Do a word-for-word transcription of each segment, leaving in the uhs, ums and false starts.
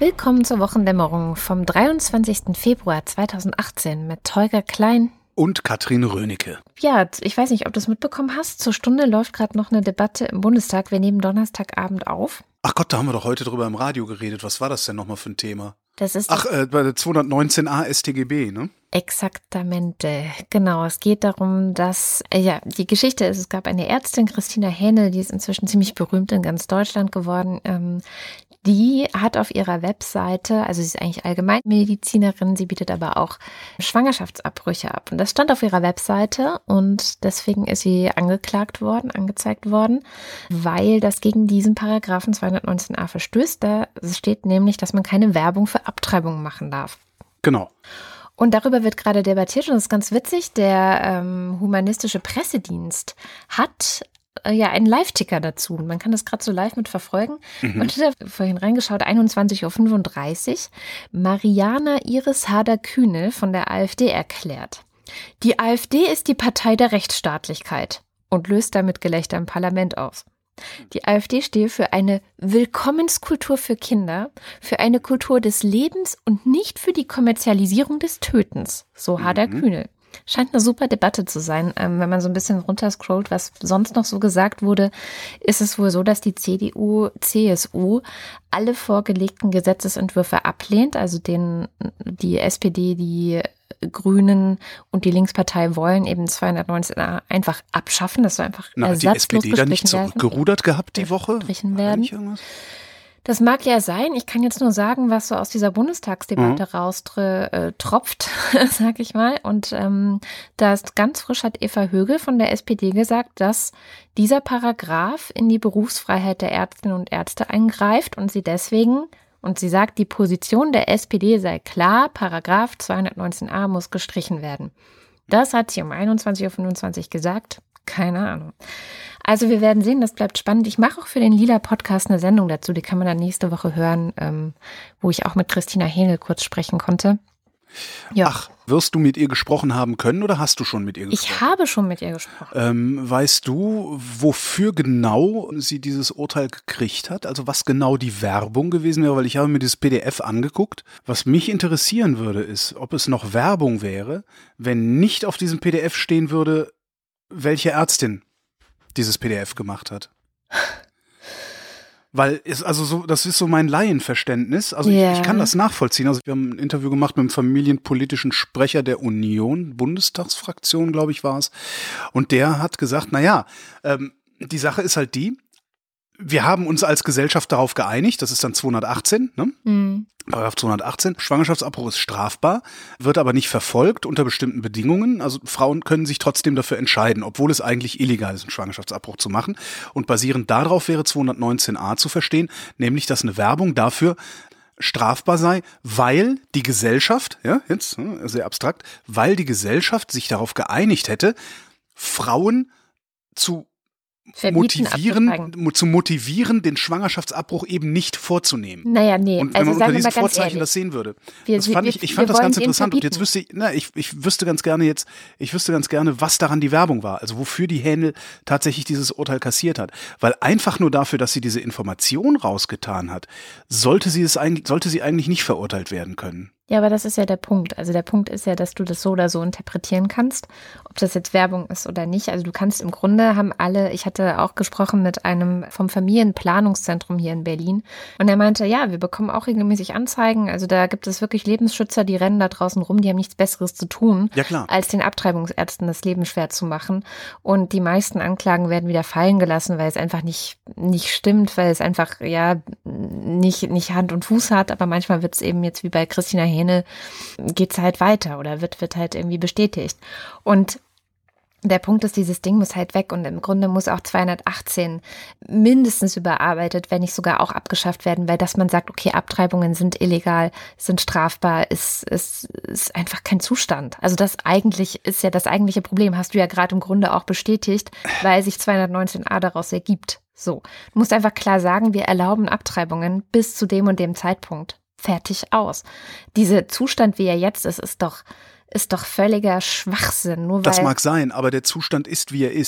Willkommen zur Wochendämmerung vom dreiundzwanzigsten Februar zweitausendachtzehn mit Holger Klein und Katrin Rönecke. Ja, ich weiß nicht, ob du es mitbekommen hast. Zur Stunde läuft gerade noch eine Debatte im Bundestag. Wir nehmen Donnerstagabend auf. Ach Gott, da haben wir doch heute drüber im Radio geredet. Was war das denn nochmal für ein Thema? Das ist Ach, äh, bei der zweihundertneunzehn a S t G B, ne? Exaktamente, genau. Es geht darum, dass, äh, ja, die Geschichte ist, es gab eine Ärztin, Christina Hähnel, die ist inzwischen ziemlich berühmt in ganz Deutschland geworden. Ähm, die hat auf ihrer Webseite, also sie ist eigentlich Allgemeinmedizinerin, sie bietet aber auch Schwangerschaftsabbrüche ab. Und das stand auf ihrer Webseite und deswegen ist sie angeklagt worden, angezeigt worden, weil das gegen diesen Paragraphen zweihundertneunzehn a verstößt. Da steht nämlich, dass man keine Werbung für Abtreibungen machen darf. Genau. Und darüber wird gerade debattiert und das ist ganz witzig. Der ähm, humanistische Pressedienst hat äh, ja einen Live-Ticker dazu. Man kann das gerade so live mit verfolgen. Mhm. Und ich habe vorhin reingeschaut, einundzwanzig Uhr fünfunddreißig. Mariana Iris Harder-Kühnel von der AfD erklärt: Die AfD ist die Partei der Rechtsstaatlichkeit und löst damit Gelächter im Parlament aus. Die AfD stehe für eine Willkommenskultur für Kinder, für eine Kultur des Lebens und nicht für die Kommerzialisierung des Tötens, so Harder-Kühnel. Scheint eine super Debatte zu sein. Ähm, wenn man so ein bisschen runterscrollt, was sonst noch so gesagt wurde, ist es wohl so, dass die C D U, C S U alle vorgelegten Gesetzesentwürfe ablehnt, also den, die S P D, die Grünen und die Linkspartei wollen eben zweihundertneunzehn a einfach abschaffen. Das soll einfach Na, hat die S P D da nicht zurückgerudert gehabt die Woche? Werden. Das mag ja sein. Ich kann jetzt nur sagen, was so aus dieser Bundestagsdebatte mhm. raustropft, sag ich mal. Und ähm, da ist ganz frisch, hat Eva Högel von der S P D gesagt, dass dieser Paragraph in die Berufsfreiheit der Ärztinnen und Ärzte eingreift und sie deswegen, und sie sagt, die Position der S P D sei klar, Paragraph zweihundertneunzehn a muss gestrichen werden. Das hat sie um einundzwanzig Uhr fünfundzwanzig gesagt. Keine Ahnung. Also wir werden sehen, das bleibt spannend. Ich mache auch für den Lila-Podcast eine Sendung dazu, die kann man dann nächste Woche hören, ähm, wo ich auch mit Christina Hähnel kurz sprechen konnte. Ja. Ach, wirst du mit ihr gesprochen haben können oder hast du schon mit ihr gesprochen? Ich habe schon mit ihr gesprochen. Ähm, weißt du, wofür genau sie dieses Urteil gekriegt hat? Also was genau die Werbung gewesen wäre? Weil ich habe mir dieses P D F angeguckt. Was mich interessieren würde, ist, ob es noch Werbung wäre, wenn nicht auf diesem P D F stehen würde, welche Ärztin dieses P D F gemacht hat. Weil es, also so, das ist so mein Laienverständnis. Also yeah. ich, ich kann das nachvollziehen. Also wir haben ein Interview gemacht mit dem familienpolitischen Sprecher der Union, Bundestagsfraktion, glaube ich, war es. Und der hat gesagt, na ja, ähm, die Sache ist halt die, wir haben uns als Gesellschaft darauf geeinigt, das ist dann zweihundertachtzehn, ne? Mhm. Paragraph zweihundertachtzehn, Schwangerschaftsabbruch ist strafbar, wird aber nicht verfolgt unter bestimmten Bedingungen. Also Frauen können sich trotzdem dafür entscheiden, obwohl es eigentlich illegal ist, einen Schwangerschaftsabbruch zu machen. Und basierend darauf wäre zweihundertneunzehn a zu verstehen, nämlich dass eine Werbung dafür strafbar sei, weil die Gesellschaft, ja, jetzt sehr abstrakt, weil die Gesellschaft sich darauf geeinigt hätte, Frauen zu Verbieten, motivieren, zu motivieren, den Schwangerschaftsabbruch eben nicht vorzunehmen. Naja, nee. Und wenn also man unter diesen Vorzeichen ehrlich, das sehen würde. Wir, das fand wir, ich, ich fand das ganz interessant. Und jetzt verbieten. wüsste ich, na, ich, ich wüsste ganz gerne jetzt, ich wüsste ganz gerne, was daran die Werbung war. Also wofür die Hähnel tatsächlich dieses Urteil kassiert hat. Weil einfach nur dafür, dass sie diese Information rausgetan hat, sollte sie es eigentlich, sollte sie eigentlich nicht verurteilt werden können. Ja, aber das ist ja der Punkt. Also der Punkt ist ja, dass du das so oder so interpretieren kannst, ob das jetzt Werbung ist oder nicht. Also du kannst im Grunde haben alle, ich hatte auch gesprochen mit einem vom Familienplanungszentrum hier in Berlin und er meinte, ja, wir bekommen auch regelmäßig Anzeigen. Also da gibt es wirklich Lebensschützer, die rennen da draußen rum, die haben nichts Besseres zu tun, ja, klar. als den Abtreibungsärzten das Leben schwer zu machen. Und die meisten Anklagen werden wieder fallen gelassen, weil es einfach nicht, nicht stimmt, weil es einfach ja nicht, nicht Hand und Fuß hat. Aber manchmal wird es eben jetzt wie bei Christina Hähnel geht es halt weiter oder wird, wird halt irgendwie bestätigt. Und der Punkt ist, dieses Ding muss halt weg und im Grunde muss auch zweihundertachtzehn mindestens überarbeitet, wenn nicht sogar auch abgeschafft werden, weil dass man sagt, okay, Abtreibungen sind illegal, sind strafbar, ist, ist, ist einfach kein Zustand. Also das eigentlich ist ja das eigentliche Problem, hast du ja gerade im Grunde auch bestätigt, weil sich zweihundertneunzehn a daraus ergibt. So, du musst einfach klar sagen, wir erlauben Abtreibungen bis zu dem und dem Zeitpunkt. Fertig aus. Dieser Zustand, wie er jetzt ist, ist doch, ist doch völliger Schwachsinn. Nur weil das mag sein, aber der Zustand ist, wie er ist.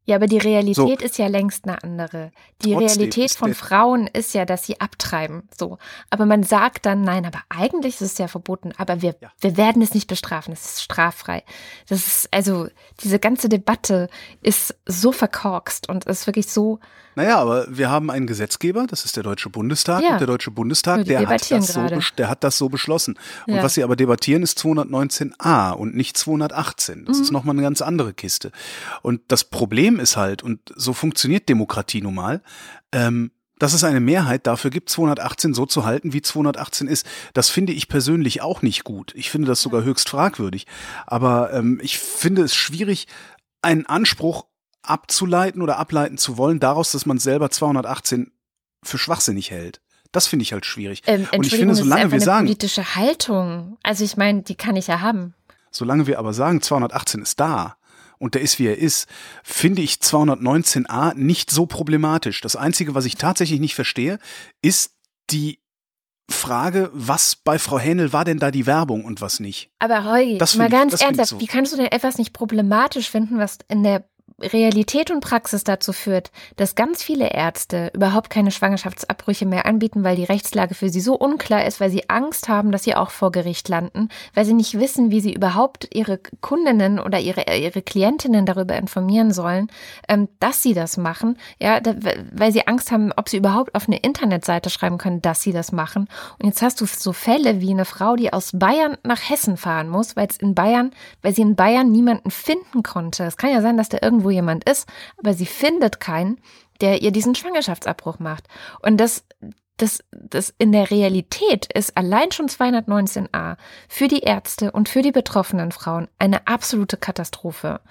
Ja, aber die Realität so. ist ja längst eine andere. Die Trotzdem Realität von Frauen ist ja, dass sie abtreiben. So. Aber man sagt dann, nein, aber eigentlich ist es ja verboten. Aber wir, ja. wir werden es nicht bestrafen. Es ist straffrei. Das ist, also, diese ganze Debatte ist so verkorkst und ist wirklich so. Naja, aber wir haben einen Gesetzgeber, das ist der Deutsche Bundestag. Ja. Und der Deutsche Bundestag, der hat, das so, der hat das so beschlossen. Und ja. was sie aber debattieren, ist zweihundertneunzehn a und nicht zweihundertachtzehn. Das mhm. ist nochmal eine ganz andere Kiste. Und das Problem ist halt, und so funktioniert Demokratie nun mal, ähm, dass es eine Mehrheit dafür gibt, zweihundertachtzehn so zu halten, wie zweihundertachtzehn ist. Das finde ich persönlich auch nicht gut. Ich finde das sogar höchst fragwürdig. Aber ähm, ich finde es schwierig, einen Anspruch abzuleiten oder ableiten zu wollen daraus, dass man selber zweihundertachtzehn für schwachsinnig hält. Das finde ich halt schwierig. Ähm, und ich finde, solange wir eine sagen, politische Haltung, also ich meine, die kann ich ja haben. Solange wir aber sagen, zweihundertachtzehn ist da und der ist, wie er ist, finde ich zweihundertneunzehn a nicht so problematisch. Das Einzige, was ich tatsächlich nicht verstehe, ist die Frage, was bei Frau Hähnel war denn da die Werbung und was nicht? Aber Heugi, mal ganz ich, ernsthaft, so. Wie kannst du denn etwas nicht problematisch finden, was in der Realität und Praxis dazu führt, dass ganz viele Ärzte überhaupt keine Schwangerschaftsabbrüche mehr anbieten, weil die Rechtslage für sie so unklar ist, weil sie Angst haben, dass sie auch vor Gericht landen, weil sie nicht wissen, wie sie überhaupt ihre Kundinnen oder ihre ihre Klientinnen darüber informieren sollen, dass sie das machen, ja, weil sie Angst haben, ob sie überhaupt auf eine Internetseite schreiben können, dass sie das machen. Und jetzt hast du so Fälle wie eine Frau, die aus Bayern nach Hessen fahren muss, weil es in Bayern, weil sie in Bayern niemanden finden konnte. Es kann ja sein, dass da irgendwo jemand ist, aber sie findet keinen, der ihr diesen Schwangerschaftsabbruch macht. Und das, das, das in der Realität ist allein schon zweihundertneunzehn a für die Ärzte und für die betroffenen Frauen eine absolute Katastrophe.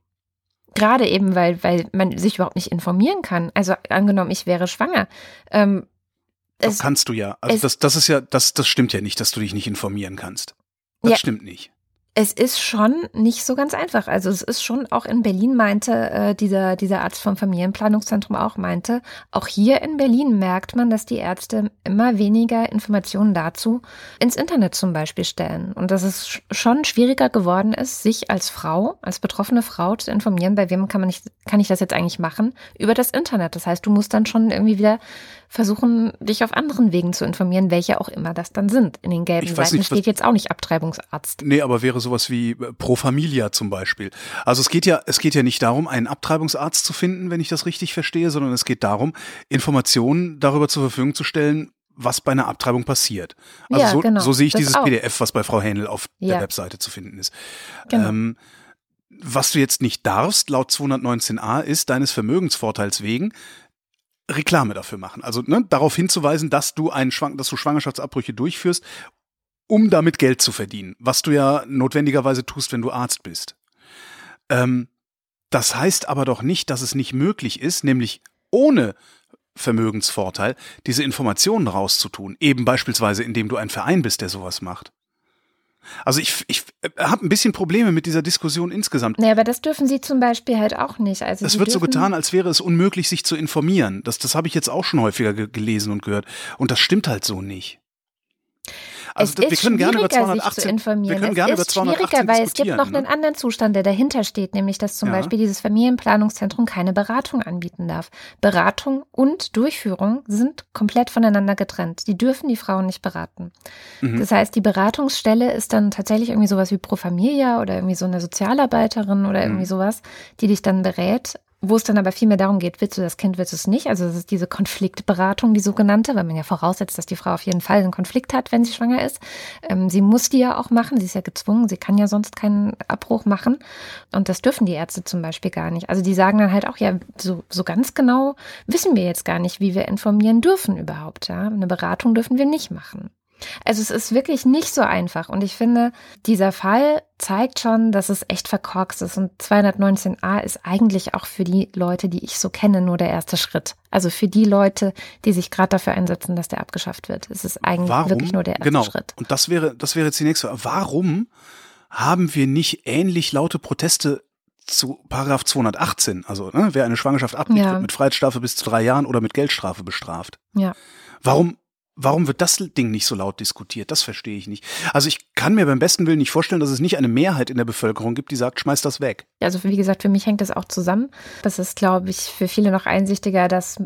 Gerade eben, weil, weil man sich überhaupt nicht informieren kann. Also angenommen, ich wäre schwanger. Ähm, das es, kannst du ja. Also es, das, das ist ja, das, das stimmt ja nicht, dass du dich nicht informieren kannst. Das ja, stimmt nicht. Es ist schon nicht so ganz einfach. Also es ist schon, auch in Berlin meinte äh, dieser, dieser Arzt vom Familienplanungszentrum auch meinte, auch hier in Berlin merkt man, dass die Ärzte immer weniger Informationen dazu ins Internet zum Beispiel stellen. Und dass es schon schwieriger geworden ist, sich als Frau, als betroffene Frau zu informieren, bei wem kann man nicht, kann ich das jetzt eigentlich machen, über das Internet. Das heißt, du musst dann schon irgendwie wieder versuchen, dich auf anderen Wegen zu informieren, welche auch immer das dann sind. In den gelben Seiten nicht, steht jetzt auch nicht Abtreibungsarzt. Nee, aber wäre sowas wie Pro Familia zum Beispiel. Also es geht ja, es geht ja nicht darum, einen Abtreibungsarzt zu finden, wenn ich das richtig verstehe, sondern es geht darum, Informationen darüber zur Verfügung zu stellen, was bei einer Abtreibung passiert. Also ja, so, genau, so sehe ich das dieses auch. P D F, was bei Frau Hähnel auf ja. der Webseite zu finden ist. Genau. Ähm, was du jetzt nicht darfst, laut zweihundertneunzehn a, ist deines Vermögensvorteils wegen Reklame dafür machen. Also ne, darauf hinzuweisen, dass du einen Schwang- dass du Schwangerschaftsabbrüche durchführst, um damit Geld zu verdienen, was du ja notwendigerweise tust, wenn du Arzt bist. Ähm, das heißt aber doch nicht, dass es nicht möglich ist, nämlich ohne Vermögensvorteil diese Informationen rauszutun, eben beispielsweise indem du ein Verein bist, der sowas macht. Also ich, ich habe ein bisschen Probleme mit dieser Diskussion insgesamt. Nee, aber das dürfen sie zum Beispiel halt auch nicht. Also es wird so getan, als wäre es unmöglich, sich zu informieren. Das, das habe ich jetzt auch schon häufiger ge- gelesen und gehört. Und das stimmt halt so nicht. Also es das, wir ist können gerne über schwieriger, zweihundertachtzehn, sich zu informieren. wir können es gerne ist über zweihundertachtzehn schwieriger, weil es gibt noch ne? einen anderen Zustand, der dahinter steht, nämlich dass zum Ja. Beispiel dieses Familienplanungszentrum keine Beratung anbieten darf. Beratung und Durchführung sind komplett voneinander getrennt. Die dürfen die Frauen nicht beraten. Mhm. Das heißt, die Beratungsstelle ist dann tatsächlich irgendwie sowas wie Pro Familia oder irgendwie so eine Sozialarbeiterin oder irgendwie Mhm. sowas, die dich dann berät. Wo es dann aber viel mehr darum geht, willst du das Kind, willst du es nicht? Also das ist diese Konfliktberatung, die sogenannte, weil man ja voraussetzt, dass die Frau auf jeden Fall einen Konflikt hat, wenn sie schwanger ist. Ähm, sie muss die ja auch machen, sie ist ja gezwungen, sie kann ja sonst keinen Abbruch machen. Und das dürfen die Ärzte zum Beispiel gar nicht. Also die sagen dann halt auch, ja, so, so ganz genau wissen wir jetzt gar nicht, wie wir informieren dürfen überhaupt. Ja? Eine Beratung dürfen wir nicht machen. Also es ist wirklich nicht so einfach und ich finde, dieser Fall zeigt schon, dass es echt verkorkst ist und zweihundertneunzehn a ist eigentlich auch für die Leute, die ich so kenne, nur der erste Schritt. Also für die Leute, die sich gerade dafür einsetzen, dass der abgeschafft wird. Es ist eigentlich Warum? wirklich nur der erste genau. Schritt. Und das wäre, das wäre jetzt die nächste Frage. Warum haben wir nicht ähnlich laute Proteste zu Paragraph zweihundertachtzehn, also ne, wer eine Schwangerschaft abbricht, Ja. wird mit Freiheitsstrafe bis zu drei Jahren oder mit Geldstrafe bestraft. Ja. Warum Warum wird das Ding nicht so laut diskutiert? Das verstehe ich nicht. Also ich kann mir beim besten Willen nicht vorstellen, dass es nicht eine Mehrheit in der Bevölkerung gibt, die sagt, schmeiß das weg. Also wie gesagt, für mich hängt das auch zusammen. Das ist, glaube ich, für viele noch einsichtiger, dass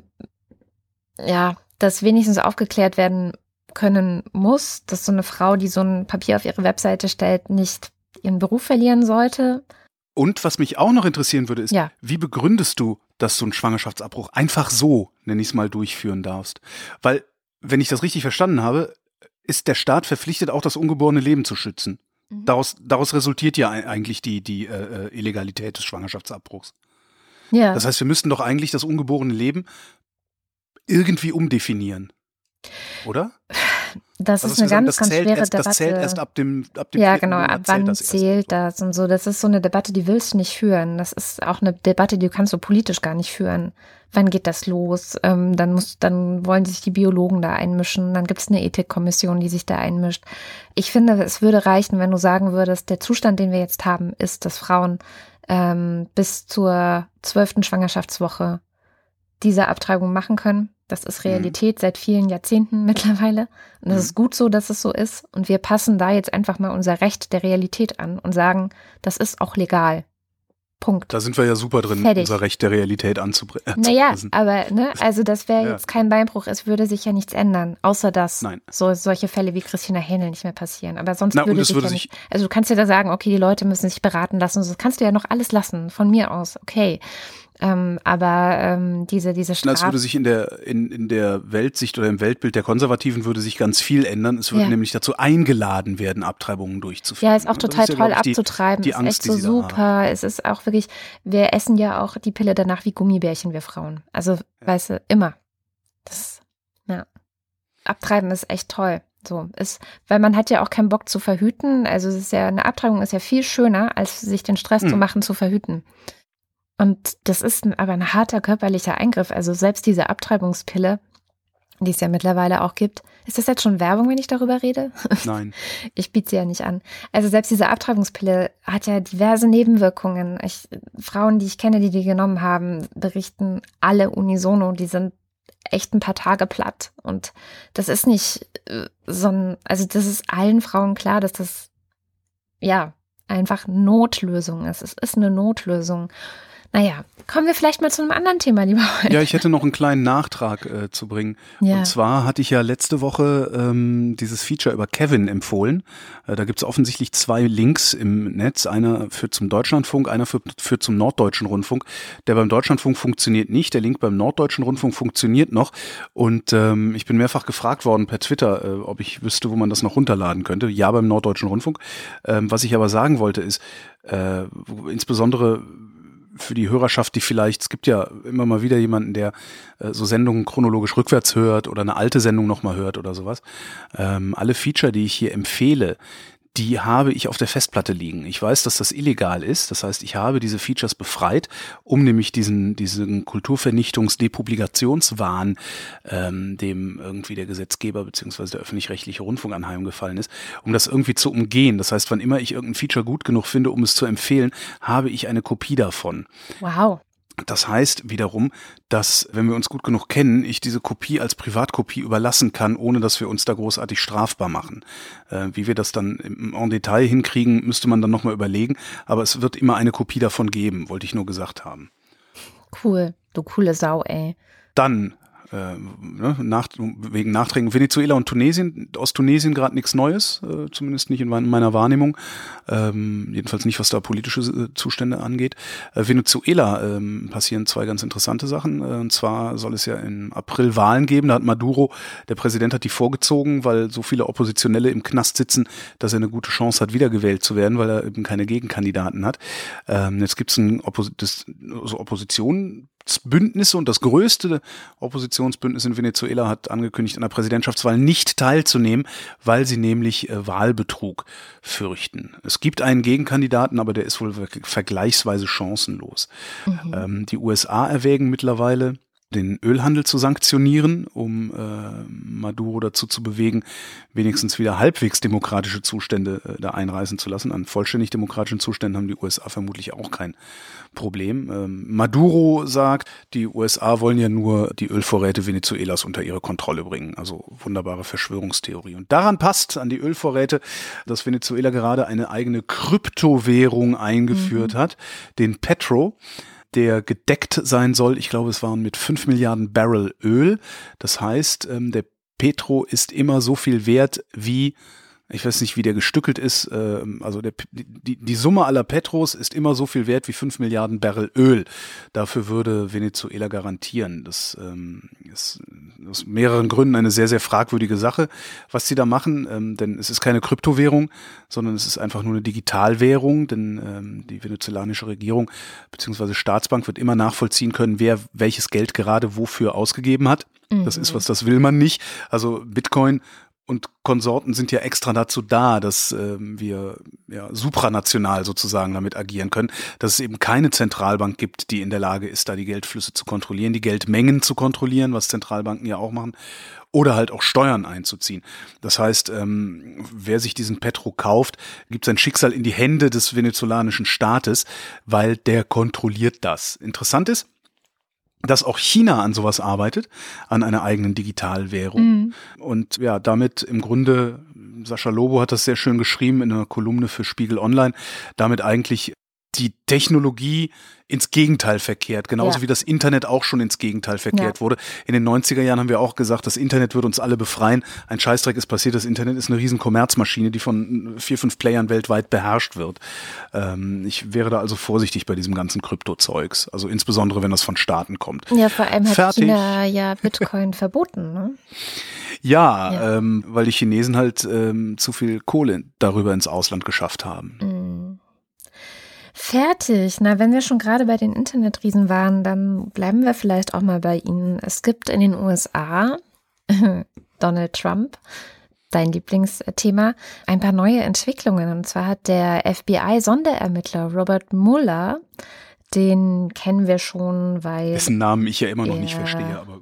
ja, dass wenigstens aufgeklärt werden können muss, dass so eine Frau, die so ein Papier auf ihre Webseite stellt, nicht ihren Beruf verlieren sollte. Und was mich auch noch interessieren würde, ist, ja. wie begründest du, dass du einen Schwangerschaftsabbruch einfach so, nenn ich es mal, durchführen darfst? Weil wenn ich das richtig verstanden habe, ist der Staat verpflichtet, auch das ungeborene Leben zu schützen. Mhm. Daraus, daraus resultiert ja eigentlich die, die äh, Illegalität des Schwangerschaftsabbruchs. Ja. Das heißt, wir müssten doch eigentlich das ungeborene Leben irgendwie umdefinieren. Oder? Das also ist eine ganz, sagen, ganz schwere erst, Debatte. Das zählt erst ab dem, ab dem Ja, genau, ab wann das zählt das und so. Das ist so eine Debatte, die willst du nicht führen. Das ist auch eine Debatte, die kannst du politisch gar nicht führen. Wann geht das los? Ähm, dann muss, dann wollen sich die Biologen da einmischen. Dann gibt es eine Ethikkommission, die sich da einmischt. Ich finde, es würde reichen, wenn du sagen würdest, der Zustand, den wir jetzt haben, ist, dass Frauen ähm, bis zur zwölften Schwangerschaftswoche diese Abtreibung machen können. Das ist Realität mhm. seit vielen Jahrzehnten mittlerweile. Und das mhm. ist gut so, dass es so ist. Und wir passen da jetzt einfach mal unser Recht der Realität an und sagen, das ist auch legal. Punkt. Da sind wir ja super drin, Fertig. Unser Recht der Realität anzubringen. Naja, aber ne, also das wäre ja. jetzt kein Beinbruch. Es würde sich ja nichts ändern, außer dass Nein. so solche Fälle wie Christina Hähnel nicht mehr passieren. Aber sonst Na, würde sich würde ja nicht. Also du kannst ja da sagen, okay, die Leute müssen sich beraten lassen. Das kannst du ja noch alles lassen, von mir aus. Okay. Ähm, aber ähm, diese, diese Straf... Es würde sich in der, in, in der Weltsicht oder im Weltbild der Konservativen würde sich ganz viel ändern. Es würde ja. nämlich dazu eingeladen werden, Abtreibungen durchzuführen. Ja, ist auch total ist toll ja, die, abzutreiben. Die ist Angst, echt so super. Es ist auch wirklich, wir essen ja auch die Pille danach wie Gummibärchen, wir Frauen. Also, ja. weißt du, immer. Das, ja. Abtreiben ist echt toll. So ist, weil man hat ja auch keinen Bock zu verhüten. Also es ist ja, eine Abtreibung ist ja viel schöner, als sich den Stress hm. zu machen, zu verhüten. Und das ist aber ein harter körperlicher Eingriff. Also selbst diese Abtreibungspille, die es ja mittlerweile auch gibt. Ist das jetzt schon Werbung, wenn ich darüber rede? Nein. Ich biete sie ja nicht an. Also selbst diese Abtreibungspille hat ja diverse Nebenwirkungen. Ich, Frauen, die ich kenne, die die genommen haben, berichten alle unisono, die sind echt ein paar Tage platt. Und das ist nicht so ein, also das ist allen Frauen klar, dass das ja einfach Notlösung ist. Es ist eine Notlösung. Naja, kommen wir vielleicht mal zu einem anderen Thema, lieber Holger. Ja, ich hätte noch einen kleinen Nachtrag äh, zu bringen. Ja. Und zwar hatte ich ja letzte Woche ähm, dieses Feature über Kevin empfohlen. Äh, da gibt es offensichtlich zwei Links im Netz. Einer führt zum Deutschlandfunk, einer führt, führt zum Norddeutschen Rundfunk. Der beim Deutschlandfunk funktioniert nicht, der Link beim Norddeutschen Rundfunk funktioniert noch. Und ähm, ich bin mehrfach gefragt worden per Twitter, äh, ob ich wüsste, wo man das noch runterladen könnte. Ja, beim Norddeutschen Rundfunk. Ähm, was ich aber sagen wollte ist, äh, insbesondere für die Hörerschaft, die vielleicht, es gibt ja immer mal wieder jemanden, der äh, so Sendungen chronologisch rückwärts hört oder eine alte Sendung nochmal hört oder sowas. Ähm, alle Feature, die ich hier empfehle, die habe ich auf der Festplatte liegen. Ich weiß, dass das illegal ist. Das heißt, ich habe diese Features befreit, um nämlich diesen, diesen Kulturvernichtungs-Depublikationswahn, ähm, dem irgendwie der Gesetzgeber bzw. der öffentlich-rechtliche Rundfunk anheimgefallen ist, um das irgendwie zu umgehen. Das heißt, wann immer ich irgendein Feature gut genug finde, um es zu empfehlen, habe ich eine Kopie davon. Wow. Das heißt wiederum, dass, wenn wir uns gut genug kennen, ich diese Kopie als Privatkopie überlassen kann, ohne dass wir uns da großartig strafbar machen. Äh, wie wir das dann im en Detail hinkriegen, müsste man dann nochmal überlegen. Aber es wird immer eine Kopie davon geben, wollte ich nur gesagt haben. Cool, du coole Sau, ey. Dann, äh, ne, nach, wegen Nachträgen, Venezuela und Tunesien, aus Tunesien gerade nichts Neues, äh, zumindest nicht in meiner Wahrnehmung, ähm, jedenfalls nicht, was da politische äh, Zustände angeht. Äh, Venezuela ähm, passieren zwei ganz interessante Sachen, äh, und zwar soll es ja im April Wahlen geben, da hat Maduro, der Präsident hat die vorgezogen, weil so viele Oppositionelle im Knast sitzen, dass er eine gute Chance hat, wiedergewählt zu werden, weil er eben keine Gegenkandidaten hat. Ähm, jetzt gibt es ein Oppos- das, so Opposition Bündnisse und das größte Oppositionsbündnis in Venezuela hat angekündigt, an der Präsidentschaftswahl nicht teilzunehmen, weil sie nämlich äh, Wahlbetrug fürchten. Es gibt einen Gegenkandidaten, aber der ist wohl vergleichsweise chancenlos. Mhm. Ähm, die U S A erwägen mittlerweile, den Ölhandel zu sanktionieren, um äh, Maduro dazu zu bewegen, wenigstens wieder halbwegs demokratische Zustände äh, da einreißen zu lassen. An vollständig demokratischen Zuständen haben die U S A vermutlich auch kein Problem. Ähm, Maduro sagt, die U S A wollen ja nur die Ölvorräte Venezuelas unter ihre Kontrolle bringen. Also wunderbare Verschwörungstheorie. Und daran passt, an die Ölvorräte, dass Venezuela gerade eine eigene Kryptowährung eingeführt mhm. hat, den Petro, der gedeckt sein soll. Ich glaube, es waren mit fünf Milliarden Barrel Öl. Das heißt, der Petro ist immer so viel wert wie, ich weiß nicht, wie der gestückelt ist, also der, die, die Summe aller Petros ist immer so viel wert wie fünf Milliarden Barrel Öl. Dafür würde Venezuela garantieren. Das ähm, ist aus mehreren Gründen eine sehr, sehr fragwürdige Sache, was sie da machen, ähm, denn es ist keine Kryptowährung, sondern es ist einfach nur eine Digitalwährung, denn ähm, die venezolanische Regierung bzw. Staatsbank wird immer nachvollziehen können, wer welches Geld gerade wofür ausgegeben hat. Mhm. Das ist was, das will man nicht. Also Bitcoin und Konsorten sind ja extra dazu da, dass äh, wir ja supranational sozusagen damit agieren können, dass es eben keine Zentralbank gibt, die in der Lage ist, da die Geldflüsse zu kontrollieren, die Geldmengen zu kontrollieren, was Zentralbanken ja auch machen, oder halt auch Steuern einzuziehen. Das heißt, ähm, wer sich diesen Petro kauft, gibt sein Schicksal in die Hände des venezolanischen Staates, weil der kontrolliert das. Interessant ist, dass auch China an sowas arbeitet, an einer eigenen Digitalwährung. Mhm. Und ja, damit im Grunde, Sascha Lobo hat das sehr schön geschrieben in einer Kolumne für Spiegel Online, damit eigentlich die Technologie ins Gegenteil verkehrt, genauso ja. wie das Internet auch schon ins Gegenteil verkehrt ja. wurde. In den neunziger Jahren haben wir auch gesagt, das Internet wird uns alle befreien. Ein Scheißdreck ist passiert, das Internet ist eine riesen Kommerzmaschine, die von vier, fünf Playern weltweit beherrscht wird. Ähm, ich wäre da also vorsichtig bei diesem ganzen Kryptozeugs, also insbesondere, wenn das von Staaten kommt. Ja, vor allem hat Fertig. China ja Bitcoin verboten, ne? Ja, ja. Ähm, weil die Chinesen halt ähm, zu viel Kohle darüber ins Ausland geschafft haben. Mhm. Fertig. Na, wenn wir schon gerade bei den Internetriesen waren, dann bleiben wir vielleicht auch mal bei ihnen. Es gibt in den U S A, Donald Trump, dein Lieblingsthema, ein paar neue Entwicklungen. Und zwar hat der F B I-Sonderermittler Robert Mueller, den kennen wir schon, weil... Dessen Namen ich ja immer noch nicht verstehe, aber...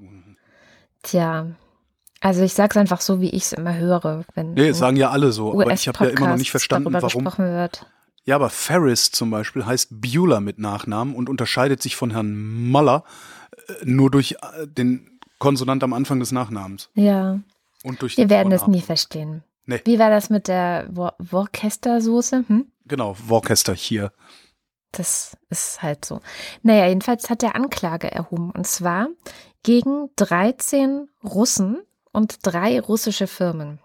Tja, also ich sag's einfach so, wie ich es immer höre. Wenn nee, sagen ja alle so, aber ich habe ja immer noch nicht verstanden, warum... Wird. Ja, aber Ferris zum Beispiel heißt Bueller mit Nachnamen und unterscheidet sich von Herrn Mueller äh, nur durch äh, den Konsonant am Anfang des Nachnamens. Ja. Und durch Wir werden es nie verstehen. Nee. Wie war das mit der Wor- Worcester-Soße? Hm? Genau, Worcester hier. Das ist halt so. Naja, jedenfalls hat er Anklage erhoben. Und zwar gegen dreizehn Russen und drei russische Firmen.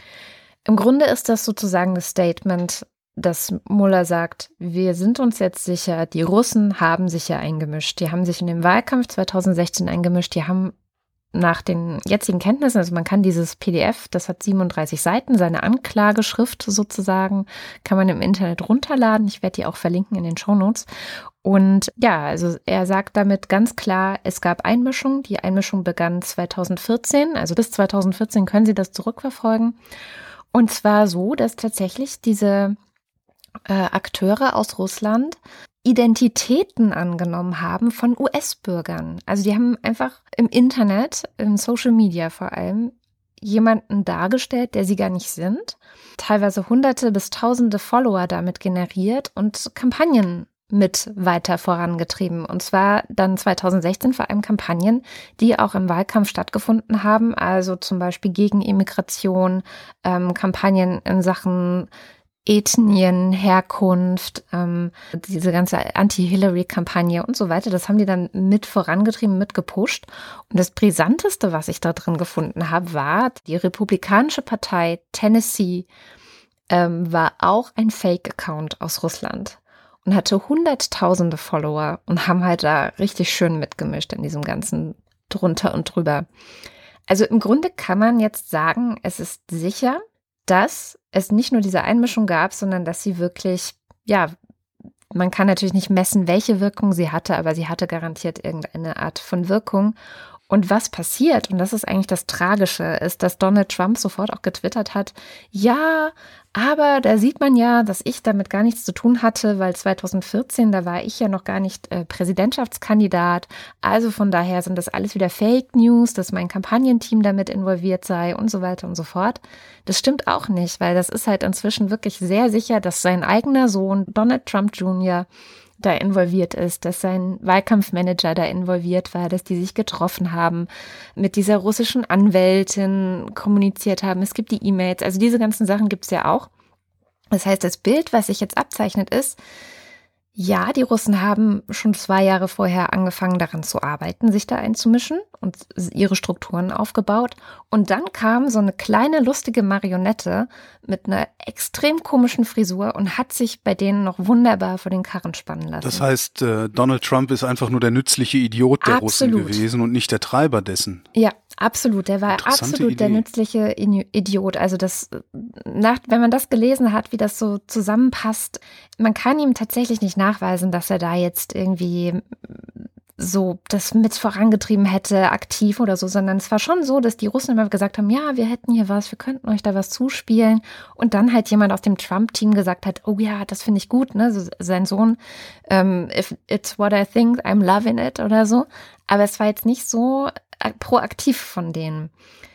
Im Grunde ist das sozusagen das Statement, dass Mueller sagt, wir sind uns jetzt sicher, die Russen haben sich ja eingemischt. Die haben sich in den Wahlkampf zweitausendsechzehn eingemischt. Die haben nach den jetzigen Kenntnissen, also man kann dieses P D F, das hat siebenunddreißig Seiten, seine Anklageschrift sozusagen, kann man im Internet runterladen. Ich werde die auch verlinken in den Shownotes. Und ja, also er sagt damit ganz klar, es gab Einmischung. Die Einmischung begann zweitausendvierzehn, also bis zweitausendvierzehn können Sie das zurückverfolgen. Und zwar so, dass tatsächlich diese Äh, Akteure aus Russland Identitäten angenommen haben von U S-Bürgern. Also die haben einfach im Internet, in Social Media vor allem, jemanden dargestellt, der sie gar nicht sind, teilweise hunderte bis tausende Follower damit generiert und Kampagnen mit weiter vorangetrieben. Und zwar dann zweitausendsechzehn vor allem Kampagnen, die auch im Wahlkampf stattgefunden haben, also zum Beispiel gegen Immigration, ähm, Kampagnen in Sachen Ethnien, Herkunft, ähm, diese ganze Anti-Hillary-Kampagne und so weiter, das haben die dann mit vorangetrieben, mit gepusht. Und das Brisanteste, was ich da drin gefunden habe, war, die Republikanische Partei Tennessee ähm, war auch ein Fake-Account aus Russland und hatte hunderttausende Follower und haben halt da richtig schön mitgemischt in diesem ganzen drunter und drüber. Also im Grunde kann man jetzt sagen, es ist sicher, dass es nicht nur diese Einmischung gab, sondern dass sie wirklich, ja, man kann natürlich nicht messen, welche Wirkung sie hatte, aber sie hatte garantiert irgendeine Art von Wirkung. Und was passiert, und das ist eigentlich das Tragische, ist, dass Donald Trump sofort auch getwittert hat, ja, aber da sieht man ja, dass ich damit gar nichts zu tun hatte, weil zwanzig vierzehn, da war ich ja noch gar nicht äh, Präsidentschaftskandidat. Also von daher sind das alles wieder Fake News, dass mein Kampagnenteam damit involviert sei und so weiter und so fort. Das stimmt auch nicht, weil das ist halt inzwischen wirklich sehr sicher, dass sein eigener Sohn Donald Trump Junior da involviert ist, dass sein Wahlkampfmanager da involviert war, dass die sich getroffen haben, mit dieser russischen Anwältin kommuniziert haben. Es gibt die E-Mails, also diese ganzen Sachen gibt es ja auch. Das heißt, das Bild, was sich jetzt abzeichnet, ist, ja, die Russen haben schon zwei Jahre vorher angefangen, daran zu arbeiten, sich da einzumischen und ihre Strukturen aufgebaut. Und dann kam so eine kleine, lustige Marionette mit einer extrem komischen Frisur und hat sich bei denen noch wunderbar vor den Karren spannen lassen. Das heißt, äh, Donald Trump ist einfach nur der nützliche Idiot der Absolut. Russen gewesen und nicht der Treiber dessen. Ja, absolut. Der war absolut Idee. Der nützliche Idiot. Also das, nach, wenn man das gelesen hat, wie das so zusammenpasst, man kann ihm tatsächlich nicht nachweisen, dass er da jetzt irgendwie so das mit vorangetrieben hätte, aktiv oder so, sondern es war schon so, dass die Russen immer gesagt haben, ja, wir hätten hier was, wir könnten euch da was zuspielen, und dann halt jemand auf dem Trump-Team gesagt hat, oh ja, das finde ich gut, ne, so, sein Sohn, um, if it's what I think, I'm loving it oder so, aber es war jetzt nicht so proaktiv von denen.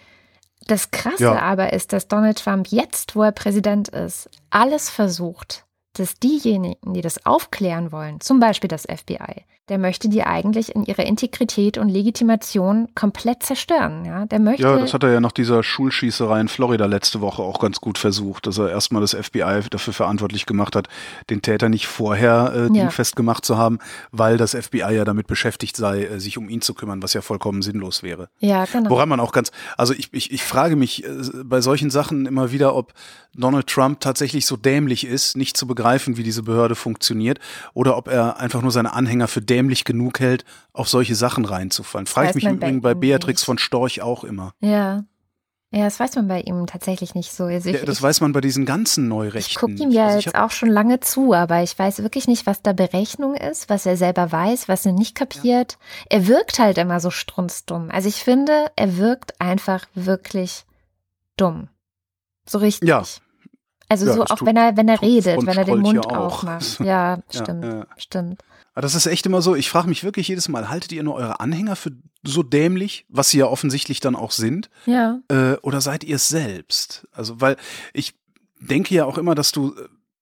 Das Krasse ja. aber ist, dass Donald Trump jetzt, wo er Präsident ist, alles versucht, dass diejenigen, die das aufklären wollen, zum Beispiel das F B I, der möchte die eigentlich in ihrer Integrität und Legitimation komplett zerstören. Ja, der möchte. Ja, das hat er ja nach dieser Schulschießerei in Florida letzte Woche auch ganz gut versucht, dass er erstmal das F B I dafür verantwortlich gemacht hat, den Täter nicht vorher äh, ja. dingfest gemacht zu haben, weil das F B I ja damit beschäftigt sei, äh, sich um ihn zu kümmern, was ja vollkommen sinnlos wäre. Ja, genau. Woran man auch ganz, also ich, ich, ich frage mich äh, bei solchen Sachen immer wieder, ob Donald Trump tatsächlich so dämlich ist, nicht zu begreifen, wie diese Behörde funktioniert, oder ob er einfach nur seine Anhänger für dämlich genug hält, auf solche Sachen reinzufallen. Frage ich mich im Übrigen bei Beatrix von Storch auch immer. Ja. Ja, das weiß man bei ihm tatsächlich nicht so. Also ich, ja, das ich, weiß man bei diesen ganzen Neurechten. Ich gucke ihm ja also jetzt auch schon lange zu, aber ich weiß wirklich nicht, was da Berechnung ist, was er selber weiß, was er nicht kapiert. Ja. Er wirkt halt immer so strunzdumm. Also ich finde, er wirkt einfach wirklich dumm. So richtig. Ja. Also ja, so auch wenn er, wenn er redet, wenn er den Mund ja aufmacht. Ja, stimmt, ja, ja. stimmt. Aber das ist echt immer so, ich frage mich wirklich jedes Mal, haltet ihr nur eure Anhänger für so dämlich, was sie ja offensichtlich dann auch sind? Ja. Äh, oder seid ihr es selbst? Also, weil ich denke ja auch immer, dass du,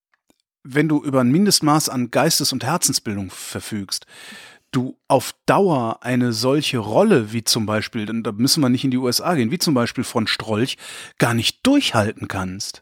wenn du über ein Mindestmaß an Geistes- und Herzensbildung verfügst, du auf Dauer eine solche Rolle wie zum Beispiel, denn da müssen wir nicht in die U S A gehen, wie zum Beispiel von Strolch, gar nicht durchhalten kannst.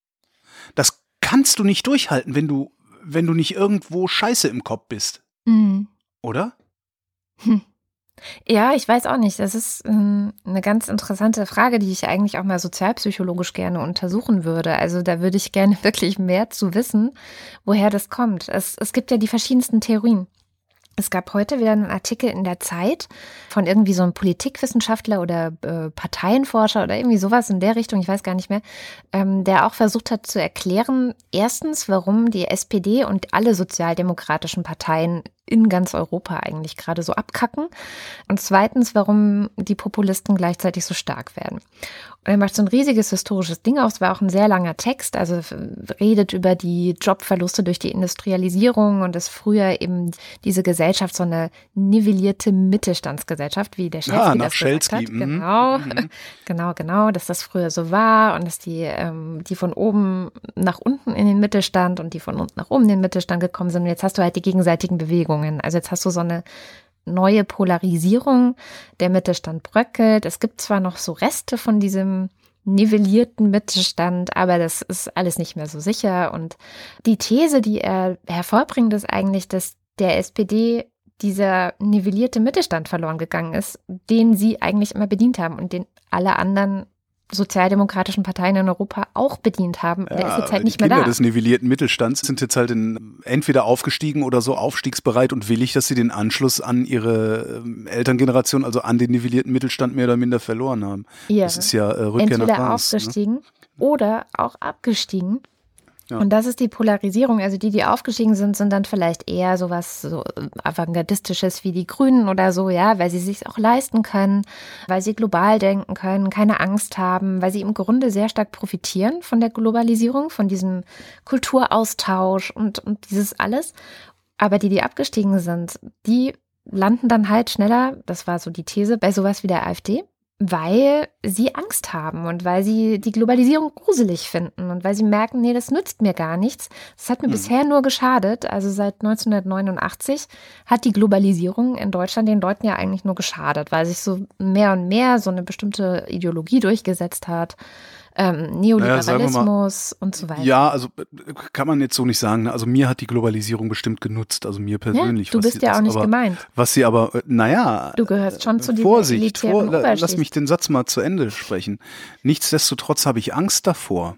Das kannst du nicht durchhalten, wenn du, wenn du nicht irgendwo scheiße im Kopf bist. Mhm. Oder? Hm. Ja, ich weiß auch nicht. Das ist ähm, eine ganz interessante Frage, die ich eigentlich auch mal sozialpsychologisch gerne untersuchen würde. Also da würde ich gerne wirklich mehr zu wissen, woher das kommt. Es, es gibt ja die verschiedensten Theorien. Es gab heute wieder einen Artikel in der Zeit von irgendwie so einem Politikwissenschaftler oder äh, Parteienforscher oder irgendwie sowas in der Richtung, ich weiß gar nicht mehr, ähm, der auch versucht hat zu erklären, erstens, warum die S P D und alle sozialdemokratischen Parteien in ganz Europa eigentlich gerade so abkacken, und zweitens, warum die Populisten gleichzeitig so stark werden. Und er macht so ein riesiges historisches Ding auf, es war auch ein sehr langer Text, also redet über die Jobverluste durch die Industrialisierung und dass früher eben diese Gesellschaft so eine nivellierte Mittelstandsgesellschaft, wie der Schelsky ah, das Schelsky. gesagt hat. Genau, mhm. genau, genau, dass das früher so war und dass die, ähm, die von oben nach unten in den Mittelstand und die von unten nach oben in den Mittelstand gekommen sind. Und jetzt hast du halt die gegenseitigen Bewegungen. Also jetzt hast du so eine neue Polarisierung, der Mittelstand bröckelt. Es gibt zwar noch so Reste von diesem nivellierten Mittelstand, aber das ist alles nicht mehr so sicher. Und die These, die er hervorbringt, ist eigentlich, dass der S P D dieser nivellierte Mittelstand verloren gegangen ist, den sie eigentlich immer bedient haben und den alle anderen sozialdemokratischen Parteien in Europa auch bedient haben. Der ja, ist jetzt halt nicht die mehr Kinder da. des nivellierten Mittelstands sind jetzt halt in, entweder aufgestiegen oder so aufstiegsbereit und willig, dass sie den Anschluss an ihre ähm, Elterngeneration, also an den nivellierten Mittelstand mehr oder minder verloren haben. Ja. Das ist ja äh, Rückkehr Entweder nach Haus. aufgestiegen, ne? oder auch abgestiegen. Ja. Und das ist die Polarisierung. Also die, die aufgestiegen sind, sind dann vielleicht eher sowas so Avantgardistisches wie die Grünen oder so, ja, weil sie es sich auch leisten können, weil sie global denken können, keine Angst haben, weil sie im Grunde sehr stark profitieren von der Globalisierung, von diesem Kulturaustausch und, und dieses alles. Aber die, die abgestiegen sind, die landen dann halt schneller, das war so die These, bei sowas wie der AfD. Weil sie Angst haben und weil sie die Globalisierung gruselig finden und weil sie merken, nee, das nützt mir gar nichts. Das hat mir hm. bisher nur geschadet. Also seit neunzehnhundertneunundachtzig hat die Globalisierung in Deutschland den Leuten ja eigentlich nur geschadet, weil sich so mehr und mehr so eine bestimmte Ideologie durchgesetzt hat. Ähm, Neoliberalismus naja, mal, und so weiter. Ja, also kann man jetzt so nicht sagen. Also mir hat die Globalisierung bestimmt genutzt, also mir persönlich. Ja, du bist ja auch nicht aber, gemeint. Was sie aber, naja. Du gehörst schon zu dieser Vorsicht, elitären vor, Oberschicht. Lass mich den Satz mal zu Ende sprechen. Nichtsdestotrotz habe ich Angst davor.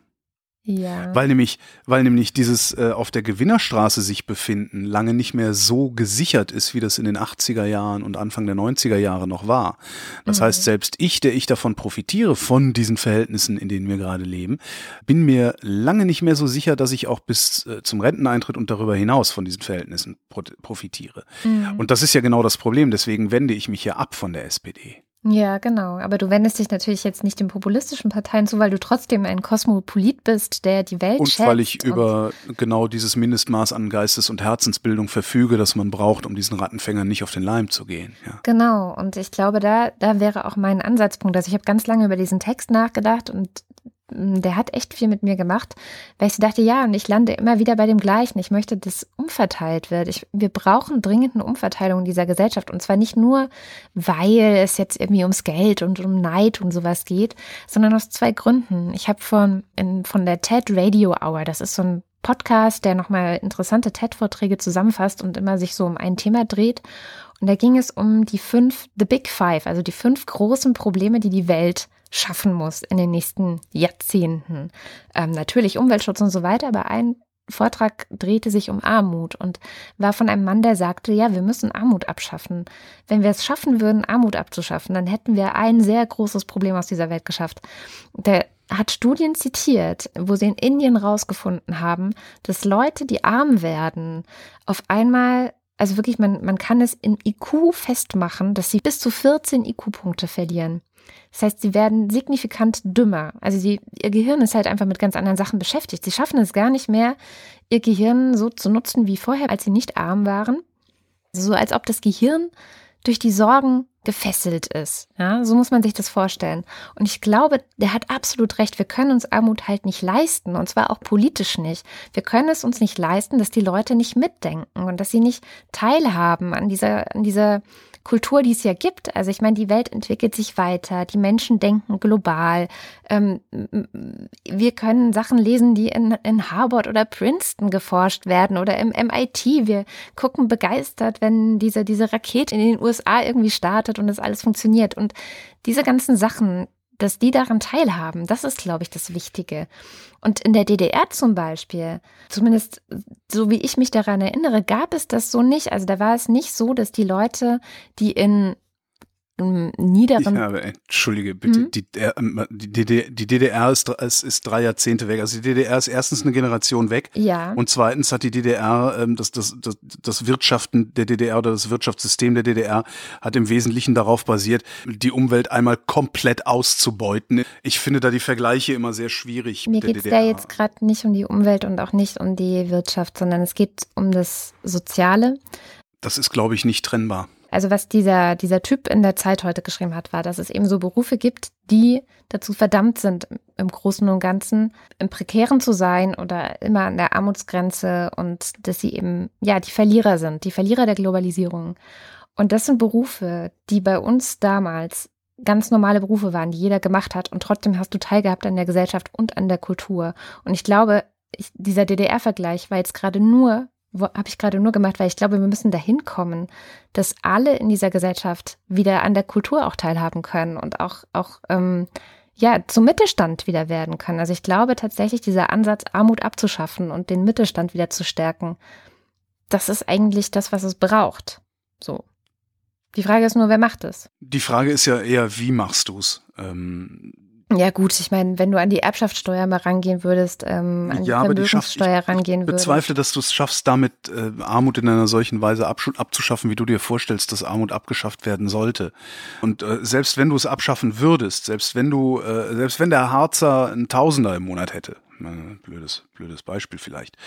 Ja. Weil nämlich, weil nämlich dieses äh, auf der Gewinnerstraße sich befinden lange nicht mehr so gesichert ist, wie das in den achtziger Jahren und Anfang der neunziger Jahre noch war. Das mhm. heißt, selbst ich, der ich davon profitiere, von diesen Verhältnissen, in denen wir gerade leben, bin mir lange nicht mehr so sicher, dass ich auch bis äh, zum Renteneintritt und darüber hinaus von diesen Verhältnissen pro- profitiere. Mhm. Und das ist ja genau das Problem. Deswegen wende ich mich ja ab von der S P D. Ja, genau. Aber du wendest dich natürlich jetzt nicht den populistischen Parteien zu, weil du trotzdem ein Kosmopolit bist, der die Welt und schätzt. Und weil ich über genau dieses Mindestmaß an Geistes- und Herzensbildung verfüge, das man braucht, um diesen Rattenfängern nicht auf den Leim zu gehen. Ja. Genau. Und ich glaube, da, da wäre auch mein Ansatzpunkt. Also ich habe ganz lange über diesen Text nachgedacht und der hat echt viel mit mir gemacht, weil ich dachte, ja, und ich lande immer wieder bei dem Gleichen. Ich möchte, dass umverteilt wird. Ich, wir brauchen dringend eine Umverteilung in dieser Gesellschaft. Und zwar nicht nur, weil es jetzt irgendwie ums Geld und um Neid und sowas geht, sondern aus zwei Gründen. Ich habe von, in, von der TED Radio Hour, das ist so ein Podcast, der nochmal interessante TED-Vorträge zusammenfasst und immer sich so um ein Thema dreht. Und da ging es um die fünf, the big five, also die fünf großen Probleme, die die Welt schaffen muss in den nächsten Jahrzehnten. Ähm, natürlich Umweltschutz und so weiter, aber ein Vortrag drehte sich um Armut und war von einem Mann, der sagte, ja, wir müssen Armut abschaffen. Wenn wir es schaffen würden, Armut abzuschaffen, dann hätten wir ein sehr großes Problem aus dieser Welt geschafft. Der hat Studien zitiert, wo sie in Indien rausgefunden haben, dass Leute, die arm werden, auf einmal, also wirklich, man, man kann es in I Q festmachen, dass sie bis zu vierzehn I Q-Punkte verlieren. Das heißt, sie werden signifikant dümmer. Also sie, ihr Gehirn ist halt einfach mit ganz anderen Sachen beschäftigt. Sie schaffen es gar nicht mehr, ihr Gehirn so zu nutzen wie vorher, als sie nicht arm waren. So als ob das Gehirn durch die Sorgen gefesselt ist. Ja, so muss man sich das vorstellen. Und ich glaube, der hat absolut recht. Wir können uns Armut halt nicht leisten, und zwar auch politisch nicht. Wir können es uns nicht leisten, dass die Leute nicht mitdenken und dass sie nicht teilhaben an dieser, an dieser Kultur, die es ja gibt. Also ich meine, die Welt entwickelt sich weiter, die Menschen denken global. Ähm, wir können Sachen lesen, die in, in Harvard oder Princeton geforscht werden oder im M I T. Wir gucken begeistert, wenn diese, diese Rakete in den U S A irgendwie startet und das alles funktioniert. Und diese ganzen Sachen, dass die daran teilhaben, das ist, glaube ich, das Wichtige. Und in der D D R zum Beispiel, zumindest so wie ich mich daran erinnere, gab es das so nicht. Also da war es nicht so, dass die Leute, die in niederen... Ja, aber entschuldige bitte, mhm. die, die, D D R, die D D R ist, ist, ist drei Jahrzehnte weg. Also die D D R ist erstens eine Generation weg ja. und zweitens hat die D D R, ähm, das, das, das, das Wirtschaften der D D R oder das Wirtschaftssystem der D D R hat im Wesentlichen darauf basiert, die Umwelt einmal komplett auszubeuten. Ich finde da die Vergleiche immer sehr schwierig. Mir geht es da jetzt gerade nicht um die Umwelt und auch nicht um die Wirtschaft, sondern es geht um das Soziale. Das ist, glaube ich, nicht trennbar. Also was dieser, dieser Typ in der Zeit heute geschrieben hat, war, dass es eben so Berufe gibt, die dazu verdammt sind, im Großen und Ganzen im Prekären zu sein oder immer an der Armutsgrenze und dass sie eben, ja, die Verlierer sind, die Verlierer der Globalisierung. Und das sind Berufe, die bei uns damals ganz normale Berufe waren, die jeder gemacht hat und trotzdem hast du teilgehabt an der Gesellschaft und an der Kultur. Und ich glaube, ich, dieser D D R-Vergleich war jetzt gerade nur habe ich gerade nur gemacht, weil ich glaube, wir müssen dahin kommen, dass alle in dieser Gesellschaft wieder an der Kultur auch teilhaben können und auch, auch ähm, ja, zum Mittelstand wieder werden können. Also ich glaube tatsächlich, dieser Ansatz, Armut abzuschaffen und den Mittelstand wieder zu stärken, das ist eigentlich das, was es braucht. So. Die Frage ist nur, wer macht es? Die Frage ist ja eher, wie machst du es? Ähm Ja gut, ich meine, wenn du an die Erbschaftssteuer mal rangehen würdest, ähm, an ja, die Vermögenssteuer aber rangehen würdest. Ich bezweifle, dass du es schaffst, damit äh, Armut in einer solchen Weise absch- abzuschaffen, wie du dir vorstellst, dass Armut abgeschafft werden sollte. Und äh, selbst wenn du es abschaffen würdest, selbst wenn du, äh, selbst wenn der Harzer einen Tausender im Monat hätte, äh, blödes, blödes Beispiel vielleicht,